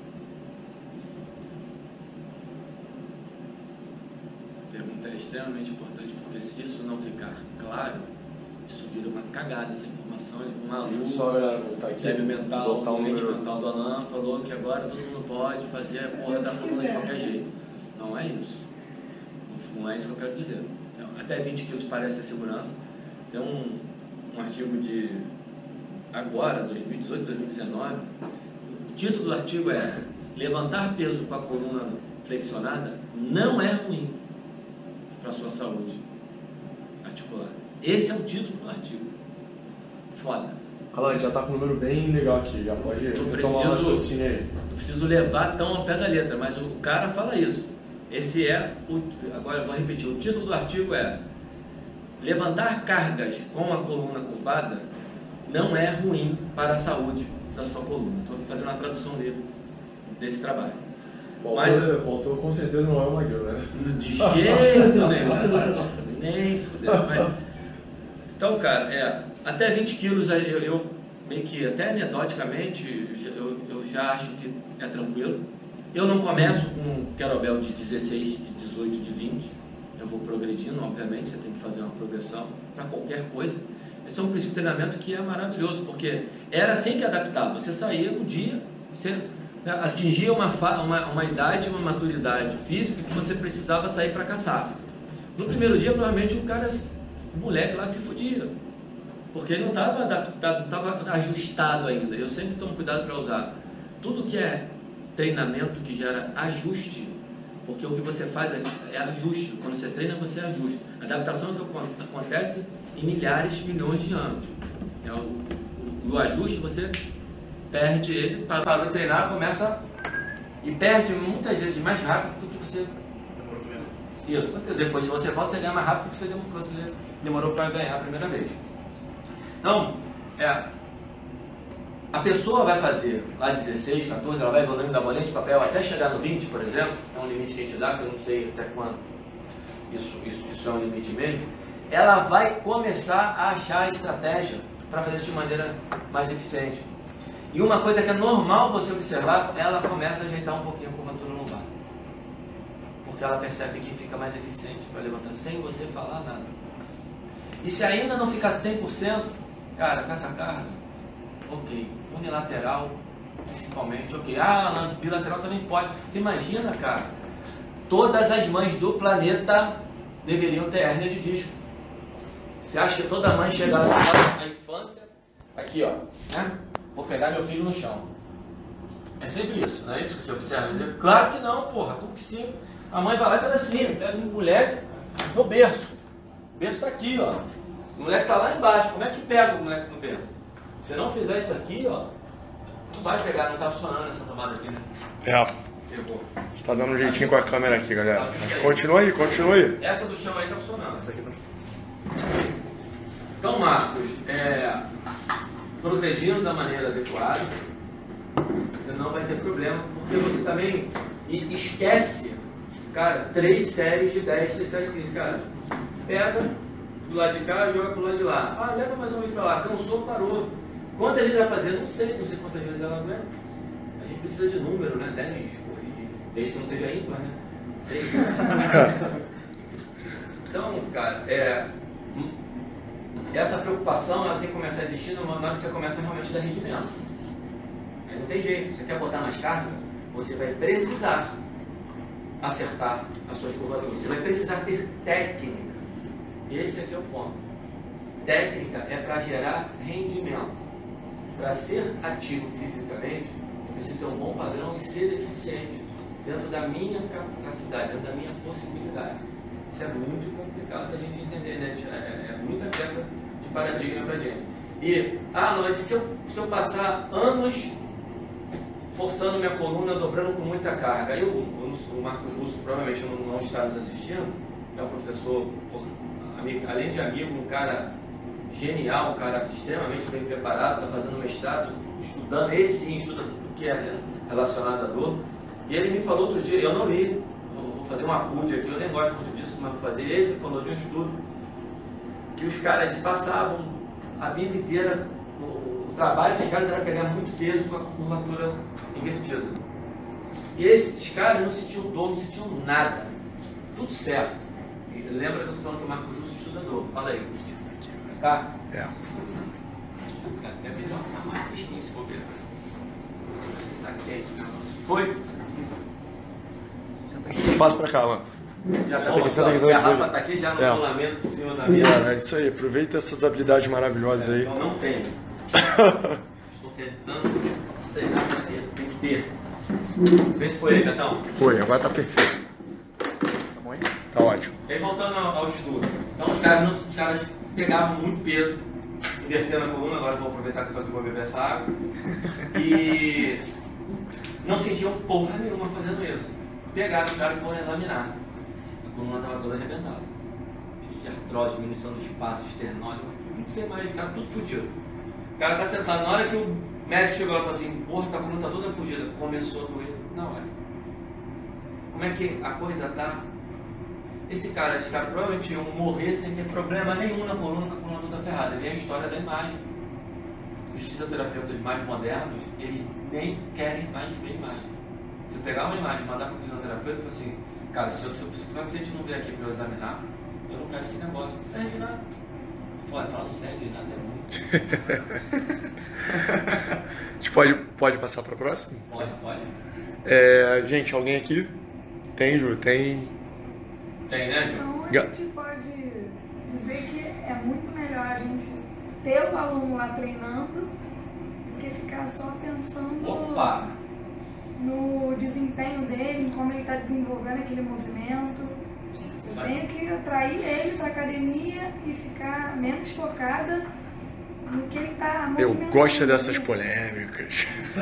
A pergunta é extremamente importante, porque se isso não ficar claro, isso vira uma cagada, essa informação. Um aluno só voltar aqui, débil mental, doente número... mental do Alan, falou que agora todo mundo pode fazer a porra da coluna de qualquer jeito. Não é isso. Não é isso que eu quero dizer. Então, até 20 quilos parece ter segurança. Tem um artigo de agora, 2018, 2019. O título do artigo é: levantar peso com a coluna flexionada não é ruim para a sua saúde articular. Esse é o título do artigo. Foda. Alan, já tá com um número bem legal aqui, já pode tomar um raciocínio aí. Não preciso levar tão ao pé da letra, mas o cara fala isso. Esse é o... Agora eu vou repetir. O título do artigo é: levantar cargas com a coluna curvada não é ruim para a saúde da sua coluna. Estou fazendo uma tradução livre desse trabalho. Mas o autor com certeza não é o Maguil, né? De jeito nenhum. Nem fudeu. Então, cara, até 20 quilos eu meio que, até anedoticamente, eu já acho que é tranquilo. Eu não começo com um kettlebell de 16, de 18, de 20. Eu vou progredindo, obviamente, você tem que fazer uma progressão para qualquer coisa. Esse é um princípio de treinamento que é maravilhoso, porque era assim que adaptava. Você saía no dia, você atingia uma idade, uma maturidade física que você precisava sair para caçar. No primeiro dia, provavelmente, o moleque lá se fudia, porque ele não estava adaptado, não estava ajustado ainda. Eu sempre tomo cuidado para usar tudo que é treinamento que gera ajuste, porque o que você faz é ajuste. Quando você treina, você ajusta. A adaptação acontece em milhares, milhões de anos. O ajuste, você perde ele, para de treinar, começa e perde muitas vezes mais rápido do que você... Isso, depois se você volta, você ganha mais rápido do que você demorou para ganhar a primeira vez. Então, a pessoa vai fazer lá 16, 14, ela vai evoluindo da bolinha de papel até chegar no 20, por exemplo, é um limite que a gente dá, que eu não sei até quando isso é um limite mesmo. Ela vai começar a achar a estratégia para fazer isso de maneira mais eficiente. E uma coisa que é normal você observar, ela começa a ajeitar um pouquinho a curvatura lombar. Porque ela percebe que fica mais eficiente para levantar sem você falar nada. E se ainda não ficar 100%, cara, com essa carga, ok. Unilateral, principalmente, ok. Bilateral também pode. Você imagina, cara, todas as mães do planeta deveriam ter hérnia de disco. Você acha que toda mãe chega lá na infância, aqui ó, né? Vou pegar meu filho no chão. É sempre isso, não é isso que você observa? Né? Claro que não, porra, como que sim? A mãe vai lá e faz assim, pega um moleque no berço. O berço tá aqui, ó. O moleque tá lá embaixo. Como é que pega o moleque no berço? Se não fizer isso aqui, ó, não vai pegar, não tá funcionando essa tomada aqui, né? Pegou. Está dando um jeitinho com a câmera aqui, galera. Continua aí, continua aí. Essa do chão aí tá funcionando. Essa aqui tá. Então, Marcos, protegendo da maneira adequada, você não vai ter problema, porque você também esquece, cara, 3 séries de 10, 3 séries de 15, cara, pega do lado de cá, joga pro lado de lá, leva mais uma vez pra lá, cansou, parou. Quantas vezes vai fazer? Não sei quantas vezes ela aguenta. A gente precisa de número, né? 10, desde que não seja ímpar, né? 6. Então, cara, essa preocupação ela tem que começar a existir na hora que você começa realmente a dar rendimento. Aí não tem jeito. Você quer botar mais carga? Você vai precisar acertar as suas curvaturas. Você vai precisar ter técnica. Esse aqui é o ponto. Técnica é para gerar rendimento. Para ser ativo fisicamente, eu preciso ter um bom padrão e ser eficiente dentro da minha capacidade, dentro da minha possibilidade. Isso é muito complicado da gente entender, né? É muita quebra de paradigma pra gente. E, mas se eu passar anos forçando minha coluna, dobrando com muita carga, aí o Marcos Russo provavelmente não está nos assistindo, é um professor, além de amigo, um cara genial, um cara extremamente bem preparado, está fazendo mestrado, estudando, ele sim estuda tudo que é relacionado à dor. E ele me falou outro dia, eu não li, vou fazer uma acude aqui, eu nem gosto muito disso, mas vou fazer. Ele falou de um estudo que os caras passavam a vida inteira trabalho dos caras era pegar muito peso com a curvatura invertida. E esses caras não sentiam dor, não sentiam nada. Tudo certo. E lembra que eu estou falando que o Marco Justo estuda dor. Fala aí. Tá? É. É melhor ficar mais fresquinho se for ver. Tá quente. Foi? Passa pra cá, mano. Já Senta tá aqui, senta aqui, senta aqui. A Rafa tá aqui já no rolamento por cima da mesa. É isso aí, aproveita essas habilidades maravilhosas aí. Eu não tenho. Estou tentando treinar pra ter. Tem que ter. Vê se foi aí, Betão. Foi, agora tá perfeito. Tá bom aí? Tá ótimo. E aí, voltando ao estudo. Então, os caras pegavam muito peso, invertendo a coluna. Agora eu vou aproveitar que eu tô aqui e vou beber essa água. E não sentiam porra nenhuma fazendo isso. Pegaram os caras e foram examinar. A coluna estava toda arrebentada. De artrose, diminuição do espaço esternóide, não sei mais, os caras tudo fudido. O cara tá sentado, na hora que o médico chegou lá e falou assim, porra, tua coluna tá toda fudida, começou a doer na hora. Como é que a coisa tá? Esses caras provavelmente iam morrer sem ter problema nenhum na coluna, com a coluna toda ferrada. E vem a história da imagem. Os fisioterapeutas mais modernos, eles nem querem mais ver imagem. Se pegar uma imagem e mandar para o fisioterapeuta e falar assim, cara, se o paciente não vier aqui para eu examinar, eu não quero esse negócio, não serve de nada. Fala, não serve de nada, é muito. A gente pode passar para a próxima? Pode. Gente, alguém aqui? Tem, Ju? Tem, né, Ju? Então a gente pode dizer que é muito melhor a gente ter o aluno lá treinando do que ficar só pensando no desempenho dele, em como ele está desenvolvendo aquele movimento. Eu tenho que atrair ele para a academia e ficar menos focada no que ele está movimentando. Eu gosto dessas polêmicas.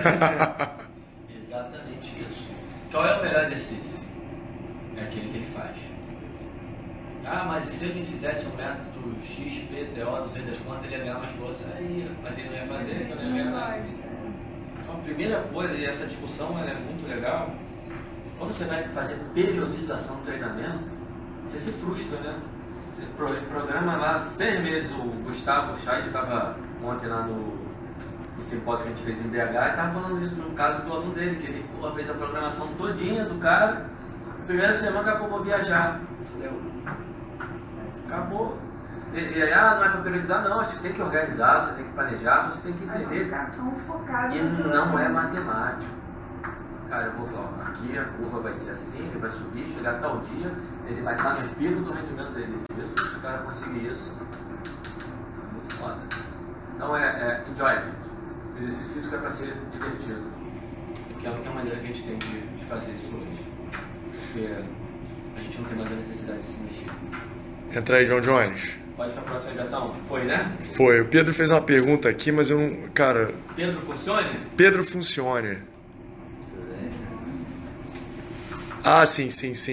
Exatamente isso. Qual é o melhor exercício? É aquele que ele faz. Ah, mas se ele fizesse um método XPTO, não sei das quantas, ele ia ganhar mais força. Aí, mas ele não ia fazer, então ele não ia ganhar nada. Então, a primeira coisa, e essa discussão ela é muito legal, quando você vai fazer periodização do treinamento, você se frustra, né? Você programa lá 6 meses. O Gustavo Scheid estava ontem lá no simpósio que a gente fez em BH e estava falando isso no caso do aluno dele, que ele fez a programação todinha do cara, na primeira semana acabou, vou viajar. Eu falei, acabou. E aí, não é para periodizar, não, acho que tem que organizar, você tem que planejar, você tem que entender. Ficar tão focado E não é matemático. Cara, eu vou falar, aqui a curva vai ser assim, ele vai subir, chegar a tal dia, ele vai estar no pico do rendimento dele. Jesus, se o cara conseguir isso, é muito foda. Então é enjoyment. O exercício físico é para ser divertido. Que é a única maneira que a gente tem de fazer isso hoje. Porque a gente não tem mais a necessidade de se mexer. Entra aí, João Jones. Pode ir para a próxima, Gatão? Foi, né? Foi. O Pedro fez uma pergunta aqui, mas eu não... Cara... Pedro funcione? Pedro funcione. Ah, sim.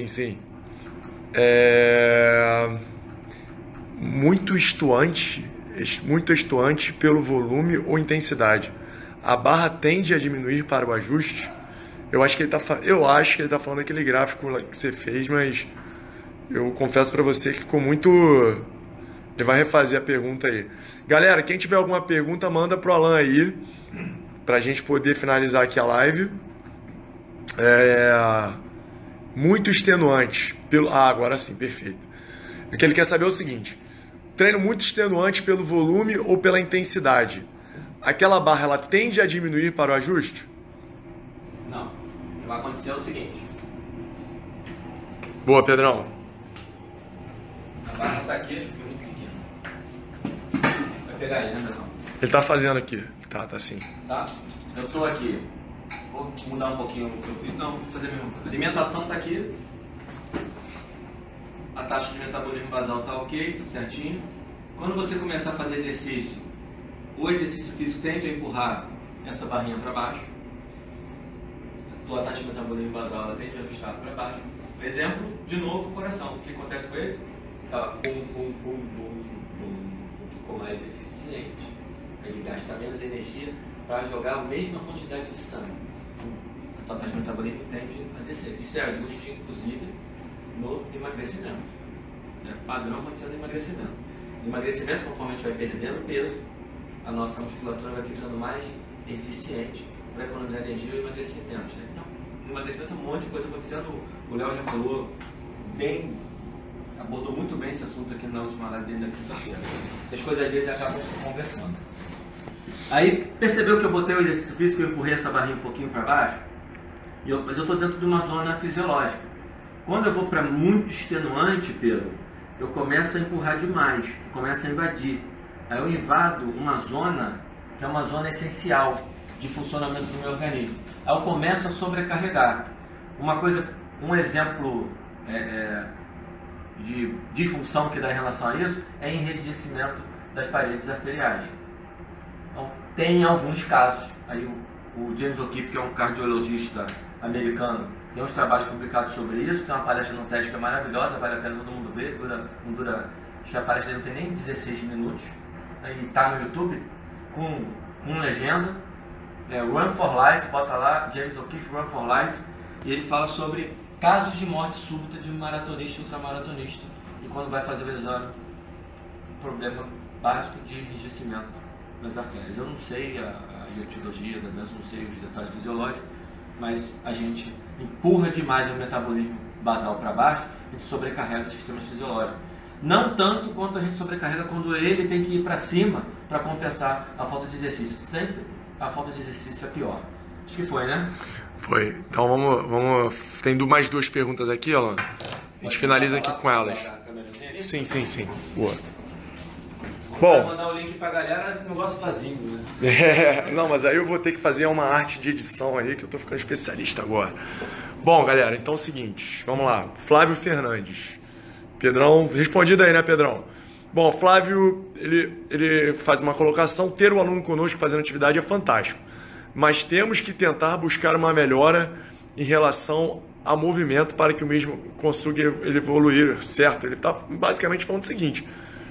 Muito estuante pelo volume ou intensidade. A barra tende a diminuir para o ajuste? Eu acho que ele tá falando daquele gráfico que você fez, mas eu confesso para você que ficou muito... Ele vai refazer a pergunta aí. Galera, quem tiver alguma pergunta, manda pro Alan aí, pra gente poder finalizar aqui a live. Muito extenuante. Agora sim, perfeito. O que ele quer saber é o seguinte: treino muito extenuante pelo volume ou pela intensidade. Aquela barra, ela tende a diminuir para o ajuste? Não. O que vai acontecer é o seguinte. Boa, Pedrão. A barra está aqui, acho que foi muito pequena. Vai pegar aí, né, Pedrão? Ele tá fazendo aqui. Tá sim. Tá? Eu tô aqui. Vou mudar um pouquinho o que eu fiz. Não, vou fazer a mesma coisa. A alimentação tá aqui. A taxa de metabolismo basal tá ok, tudo certinho. Quando você começar a fazer exercício, o exercício físico tende a empurrar essa barrinha para baixo. A tua taxa de metabolismo basal ela tende a ajustar para baixo. Por exemplo, de novo, o coração. O que acontece com ele? Tá ficou mais eficiente. Ele gasta menos energia para jogar a mesma quantidade de sangue. A tua taxa de metabolismo tende a descer. Isso é ajuste, inclusive, no emagrecimento. Isso é padrão acontecendo no emagrecimento. No emagrecimento, conforme a gente vai perdendo peso, a nossa musculatura vai ficando mais eficiente para economizar energia e emagrecimento. Né? Então, emagrecimento, um monte de coisa acontecendo. O Léo já falou bem, abordou muito bem esse assunto aqui na última live dele da quinta-feira. As coisas às vezes acabam se conversando. Aí, percebeu que eu botei o exercício físico e empurrei essa barrinha um pouquinho para baixo? Mas eu estou dentro de uma zona fisiológica. Quando eu vou para muito extenuante, Pedro, eu começo a empurrar demais, começo a invadir. Aí eu invado uma zona que é uma zona essencial de funcionamento do meu organismo. Aí eu começo a sobrecarregar. Um exemplo de disfunção que dá em relação a isso é enrijecimento das paredes arteriais. Então, tem alguns casos, aí o James O'Keefe, que é um cardiologista americano, tem uns trabalhos publicados sobre isso, tem uma palestra no TED que é maravilhosa, vale a pena todo mundo ver, não dura, acho que a palestra não tem nem 16 minutos, e está no YouTube, com legenda, Run for Life, bota lá, James O'Keefe, Run for Life, e ele fala sobre casos de morte súbita de maratonista e ultramaratonista, e quando vai fazer o exame, problema básico de enrijecimento das artérias. Eu não sei a etiologia da doença, não sei os detalhes fisiológicos, mas a gente empurra demais o metabolismo basal para baixo, a gente sobrecarrega os sistemas fisiológicos. Não tanto quanto a gente sobrecarrega quando ele tem que ir para cima para compensar a falta de exercício. Sempre a falta de exercício é pior. Acho que foi, né? Foi. Então vamos. Tem mais duas perguntas aqui, Alan. A gente finaliza aqui com elas. Sim. Boa. Bom, mandar o link pra galera, negócio vazio, né? Não, mas aí eu vou ter que fazer uma arte de edição aí, que eu tô ficando especialista agora. Bom, galera, então é o seguinte, vamos lá. Flávio Fernandes. Pedrão, respondido aí, né, Pedrão? Bom, Flávio, ele faz uma colocação, ter o aluno conosco fazendo atividade é fantástico, mas temos que tentar buscar uma melhora em relação a movimento para que o mesmo consiga evoluir, certo? Ele está basicamente falando o seguinte,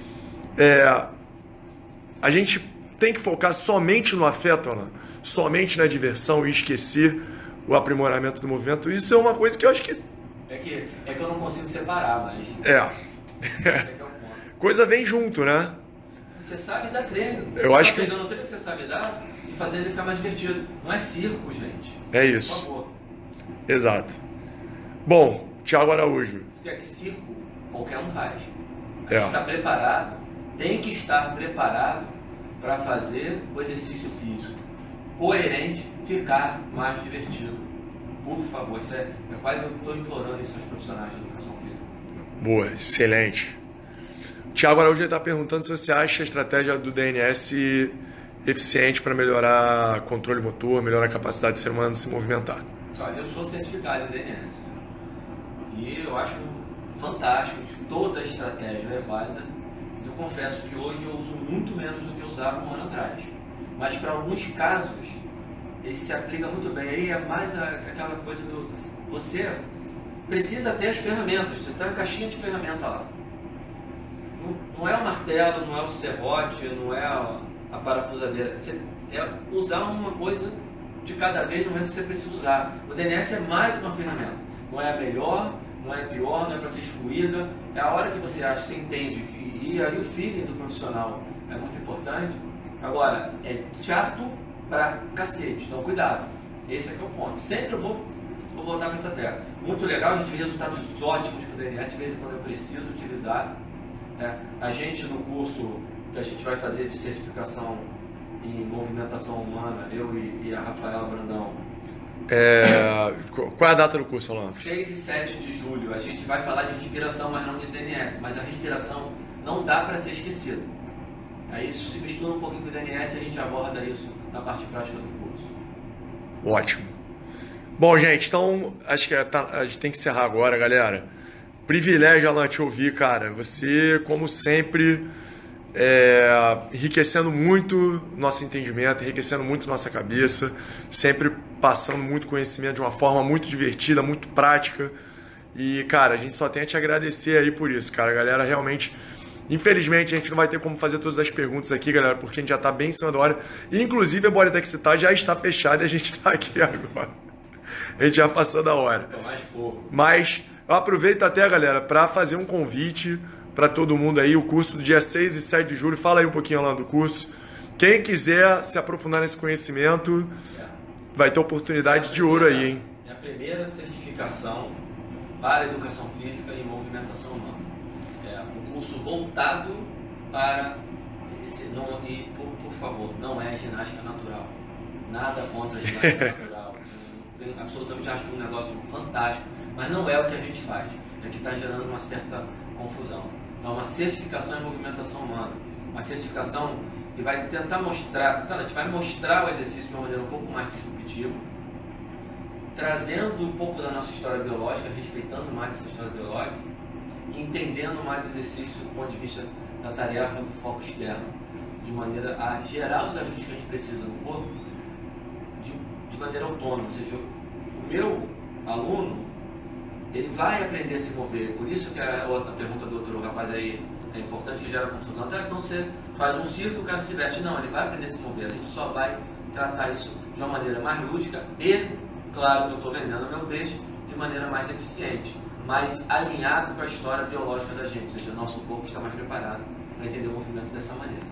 a gente tem que focar somente no afeto, Alan, somente na diversão e esquecer o aprimoramento do movimento. Isso é uma coisa que eu acho que... É que eu não consigo separar, mas... Esse é o ponto. Coisa vem junto, né? Você sabe dar treino. Eu acho que... pegando o treino que você sabe dar e fazendo ele ficar mais divertido. Não é circo, gente. É isso. Por favor. Exato. Bom, Thiago Araújo. Que circo qualquer um faz. A gente está preparado, tem que estar preparado para fazer o exercício físico coerente, ficar mais divertido. Por favor, isso é quase eu estou implorando isso aos profissionais de educação física. Boa, excelente. Thiago Araújo está perguntando se você acha a estratégia do DNS eficiente para melhorar controle motor, melhorar a capacidade do ser humano de se movimentar. Olha, eu sou certificado em DNS e eu acho fantástico, toda a estratégia é válida. Eu confesso que hoje eu uso muito menos do que eu usava um ano atrás, mas para alguns casos ele se aplica muito bem. Aí é mais aquela coisa do você precisa ter as ferramentas, você tem uma caixinha de ferramenta lá. Não é o martelo, não é o serrote, não é a parafusadeira. É usar uma coisa de cada vez no momento que você precisa usar. O DNS é mais uma ferramenta. Não é a melhor, não é a pior, não é para ser excluída. É a hora que você acha, você entende. E aí o feeling do profissional é muito importante. Agora, é chato pra cacete. Então cuidado. Esse aqui é o ponto. Sempre eu vou voltar para essa tecla. Muito legal, a gente vê resultados ótimos com o DNS. De vez em quando eu preciso utilizar. A gente no curso que a gente vai fazer de certificação em movimentação humana, eu e a Rafaela Brandão. Qual é a data do curso, Alan? 6 e 7 de julho. A gente vai falar de respiração, mas não de DNS. Mas a respiração não dá para ser esquecida. Aí isso se mistura um pouquinho com o DNS e a gente aborda isso na parte prática do curso. Ótimo. Bom, gente, então acho que a gente tem que encerrar agora, galera. Privilégio, Alan, te ouvir, cara. Você, como sempre, enriquecendo muito nosso entendimento, enriquecendo muito nossa cabeça, sempre passando muito conhecimento de uma forma muito divertida, muito prática. E, cara, a gente só tem a te agradecer aí por isso, cara. A galera realmente... Infelizmente, a gente não vai ter como fazer todas as perguntas aqui, galera, porque a gente já está bem em cima da hora. Inclusive, a Bodytech Citar já está fechada e a gente está aqui agora. A gente já passou da hora. Mais pouco. Mas eu aproveito até, galera, para fazer um convite para todo mundo aí. O curso do dia 6 e 7 de julho. Fala aí um pouquinho lá do curso. Quem quiser se aprofundar nesse conhecimento, vai ter oportunidade de ouro aí, hein? Minha primeira certificação para educação física e movimentação humana. É um curso voltado para esse, não, e por favor, não é ginástica natural. Nada contra a ginástica natural. Eu absolutamente acho um negócio fantástico, mas não é o que a gente faz. É que está gerando uma certa confusão. É uma certificação em movimentação humana. Uma certificação que vai tentar mostrar, a gente vai mostrar o exercício de uma maneira um pouco mais disruptiva, trazendo um pouco da nossa história biológica, respeitando mais essa história biológica e entendendo mais o exercício do ponto de vista da tarefa do foco externo, de maneira a gerar os ajustes que a gente precisa no corpo de maneira autônoma. Ou seja, o meu aluno, ele vai aprender a se mover. Por isso que a outra pergunta do outro rapaz aí é importante, que gera confusão. Então você faz um círculo e o cara se diverte. Não, ele vai aprender a se mover. A gente só vai tratar isso de uma maneira mais lúdica e, claro que eu estou vendendo meu peixe, de maneira mais eficiente, mais alinhado com a história biológica da gente. Ou seja, nosso corpo está mais preparado para entender o movimento dessa maneira.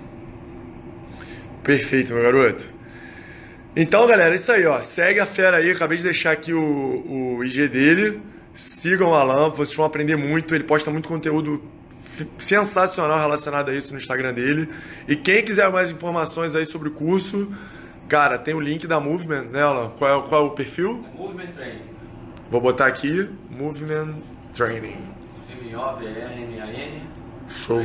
Perfeito, meu garoto. Então, galera, é isso aí, ó. Segue a fera aí. Acabei de deixar aqui o IG dele. Sigam o Alan, vocês vão aprender muito. Ele posta muito conteúdo sensacional relacionado a isso no Instagram dele. E quem quiser mais informações aí sobre o curso, cara, tem o link da Movement, né, Alan? Qual é o perfil? Movement Training. Vou botar aqui, Movement Training. M-O-V-E-M-A-N. Show.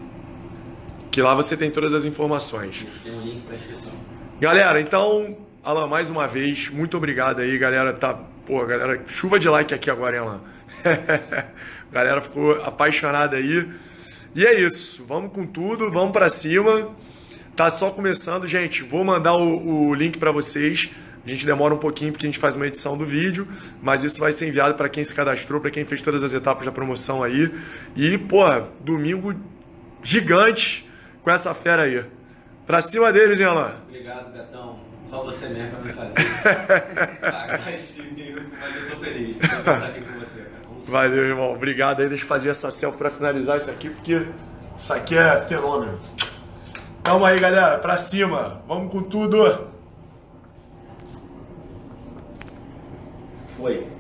Que lá você tem todas as informações. Tem um link para inscrição. Galera, então, Alan, mais uma vez, muito obrigado aí, galera. Pô, galera, chuva de like aqui agora, hein, Alan? Galera ficou apaixonada aí. E é isso, vamos com tudo, vamos pra cima. Tá só começando, gente. Vou mandar o link pra vocês. A gente demora um pouquinho porque a gente faz uma edição do vídeo, mas isso vai ser enviado para quem se cadastrou, para quem fez todas as etapas da promoção aí. E, pô, domingo gigante com essa fera aí. Pra cima deles, hein, Alan? Obrigado, Betão. Só você mesmo pra me fazer. Pagar esse mil, mas eu tô feliz de estar aqui com você, cara. Valeu, irmão. Obrigado aí. Deixa eu fazer essa selfie pra finalizar isso aqui, porque isso aqui é fenômeno. Tamo aí, galera. Pra cima. Vamos com tudo. Foi.